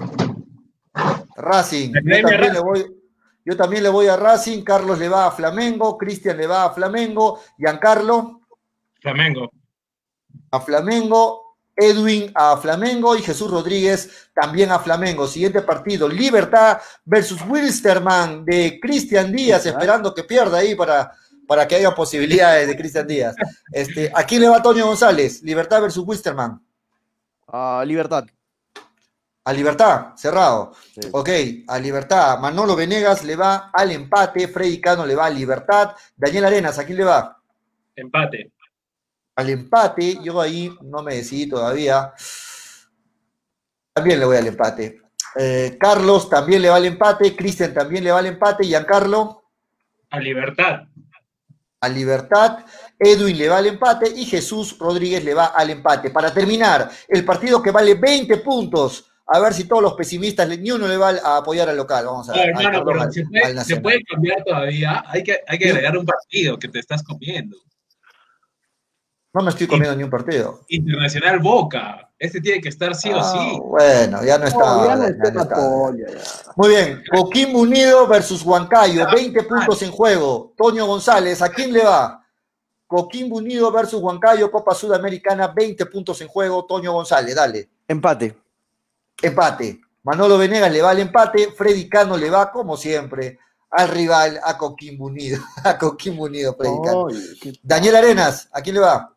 Racing. Yo también le voy a Racing. Carlos le va a Flamengo. Cristian le va a Flamengo. Giancarlo. Flamengo. A Flamengo. Edwin a Flamengo y Jesús Rodríguez también a Flamengo. Siguiente partido, Libertad versus Wilstermann de Cristian Díaz, esperando que pierda ahí para que haya posibilidades de Cristian Díaz. ¿A quién le va Toño González? Libertad versus Wilstermann. A Libertad. A Libertad, cerrado. Sí. Ok, a Libertad. Manolo Venegas le va al empate, Freddy Cano le va a Libertad. Daniel Arenas, ¿a quién le va? Empate. Al empate, yo ahí no me decidí todavía. También le voy al empate. Carlos también le va al empate. Cristian también le va al empate. Giancarlo. A Libertad. A Libertad. Edwin le va al empate. Y Jesús Rodríguez le va al empate. Para terminar, el partido que vale 20 puntos. A ver si todos los pesimistas, ni uno le va a apoyar al local. Vamos a ver. Hermano, pero se puede cambiar todavía. Hay que agregar un partido que te estás comiendo. No me estoy comiendo ni un partido. Internacional Boca. Este tiene que estar sí o sí. Bueno, ya no está. Muy bien. Coquimbo Unido versus Huancayo. 20 puntos en juego. Toño González, ¿a quién le va? Coquimbo Unido versus Huancayo, Copa Sudamericana. 20 puntos en juego. Toño González, dale. Empate. Empate. Manolo Venegas le va al empate. Freddy Cano le va, como siempre, al rival, a Coquimbo Unido. A Coquimbo Unido, Freddy Cano. Daniel Arenas, ¿a quién le va?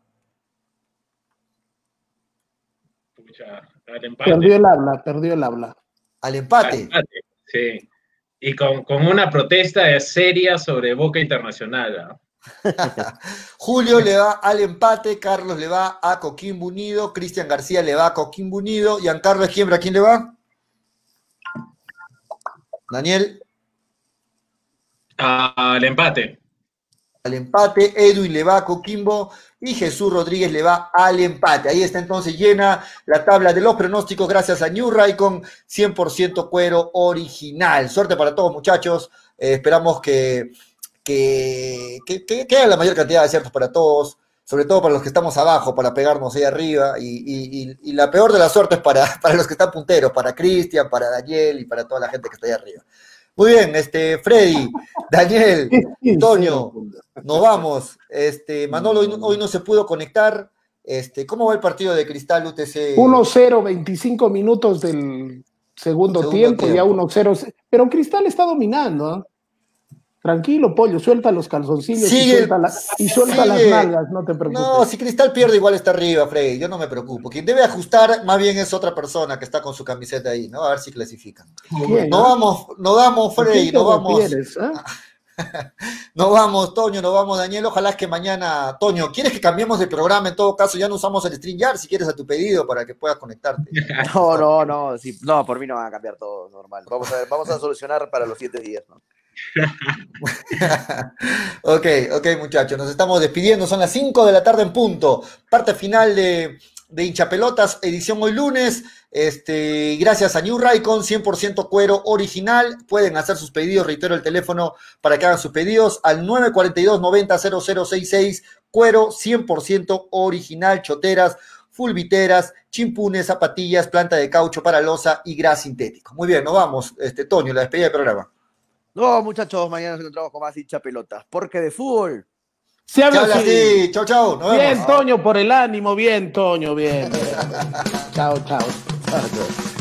Al empate. Perdió el habla. ¿Al empate? Al empate, sí. Y con una protesta seria sobre Boca Internacional, ¿no? Julio le va al empate, Carlos le va a Coquimbo Unido, Cristian García le va a Coquimbo Unido, Giancarlo Esquiembra, ¿a quién le va? Daniel. Al empate. Al empate, Edwin le va a Coquimbo y Jesús Rodríguez le va al empate. Ahí está entonces llena la tabla de los pronósticos gracias a New Raycon 100% cuero original. Suerte para todos, muchachos. Esperamos que haya la mayor cantidad de aciertos para todos, sobre todo para los que estamos abajo, para pegarnos ahí arriba. Y la peor de las suertes para los que están punteros, para Cristian, para Daniel y para toda la gente que está ahí arriba. Muy bien, Freddy, Daniel, Antonio, nos vamos. Manolo hoy no se pudo conectar. ¿Cómo va el partido de Cristal UTC? 1-0, 25 minutos del segundo tiempo, ya 1-0. Pero Cristal está dominando, ¿eh? Tranquilo, Pollo, suelta los calzoncillos y suelta las nalgas, no te preocupes. No, si Cristal pierde igual está arriba, Freddy, yo no me preocupo. Quien debe ajustar más bien es otra persona que está con su camiseta ahí, ¿no? A ver si clasifican. Nos vamos, Freddy, nos vamos. Nos vamos, Toño, nos vamos, Daniel. Ojalá es que mañana, Toño, ¿quieres que cambiemos de programa? En todo caso, ya no usamos el StreamYard, si quieres a tu pedido para que puedas conectarte. No, sí, no, por mí no van a cambiar todo, normal. Vamos a solucionar para los 7 días, ¿no? Ok, muchachos, nos estamos despidiendo, son las 5 de la tarde en punto, parte final de Hinchapelotas, edición hoy lunes, gracias a New Raycon, 100% cuero original, pueden hacer sus pedidos, reitero el teléfono para que hagan sus pedidos, al 942-90-0066, cuero 100% original, choteras, fulviteras, chimpunes, zapatillas, planta de caucho para loza y gras sintético. Muy bien, nos vamos, Toño, la despedida del programa. No, muchachos, mañana nos encontramos con más Hinchapelotas, porque de fútbol se habla así. Chau. Nos bien, vemos. Toño, por el ánimo, bien, Toño, bien. Chao.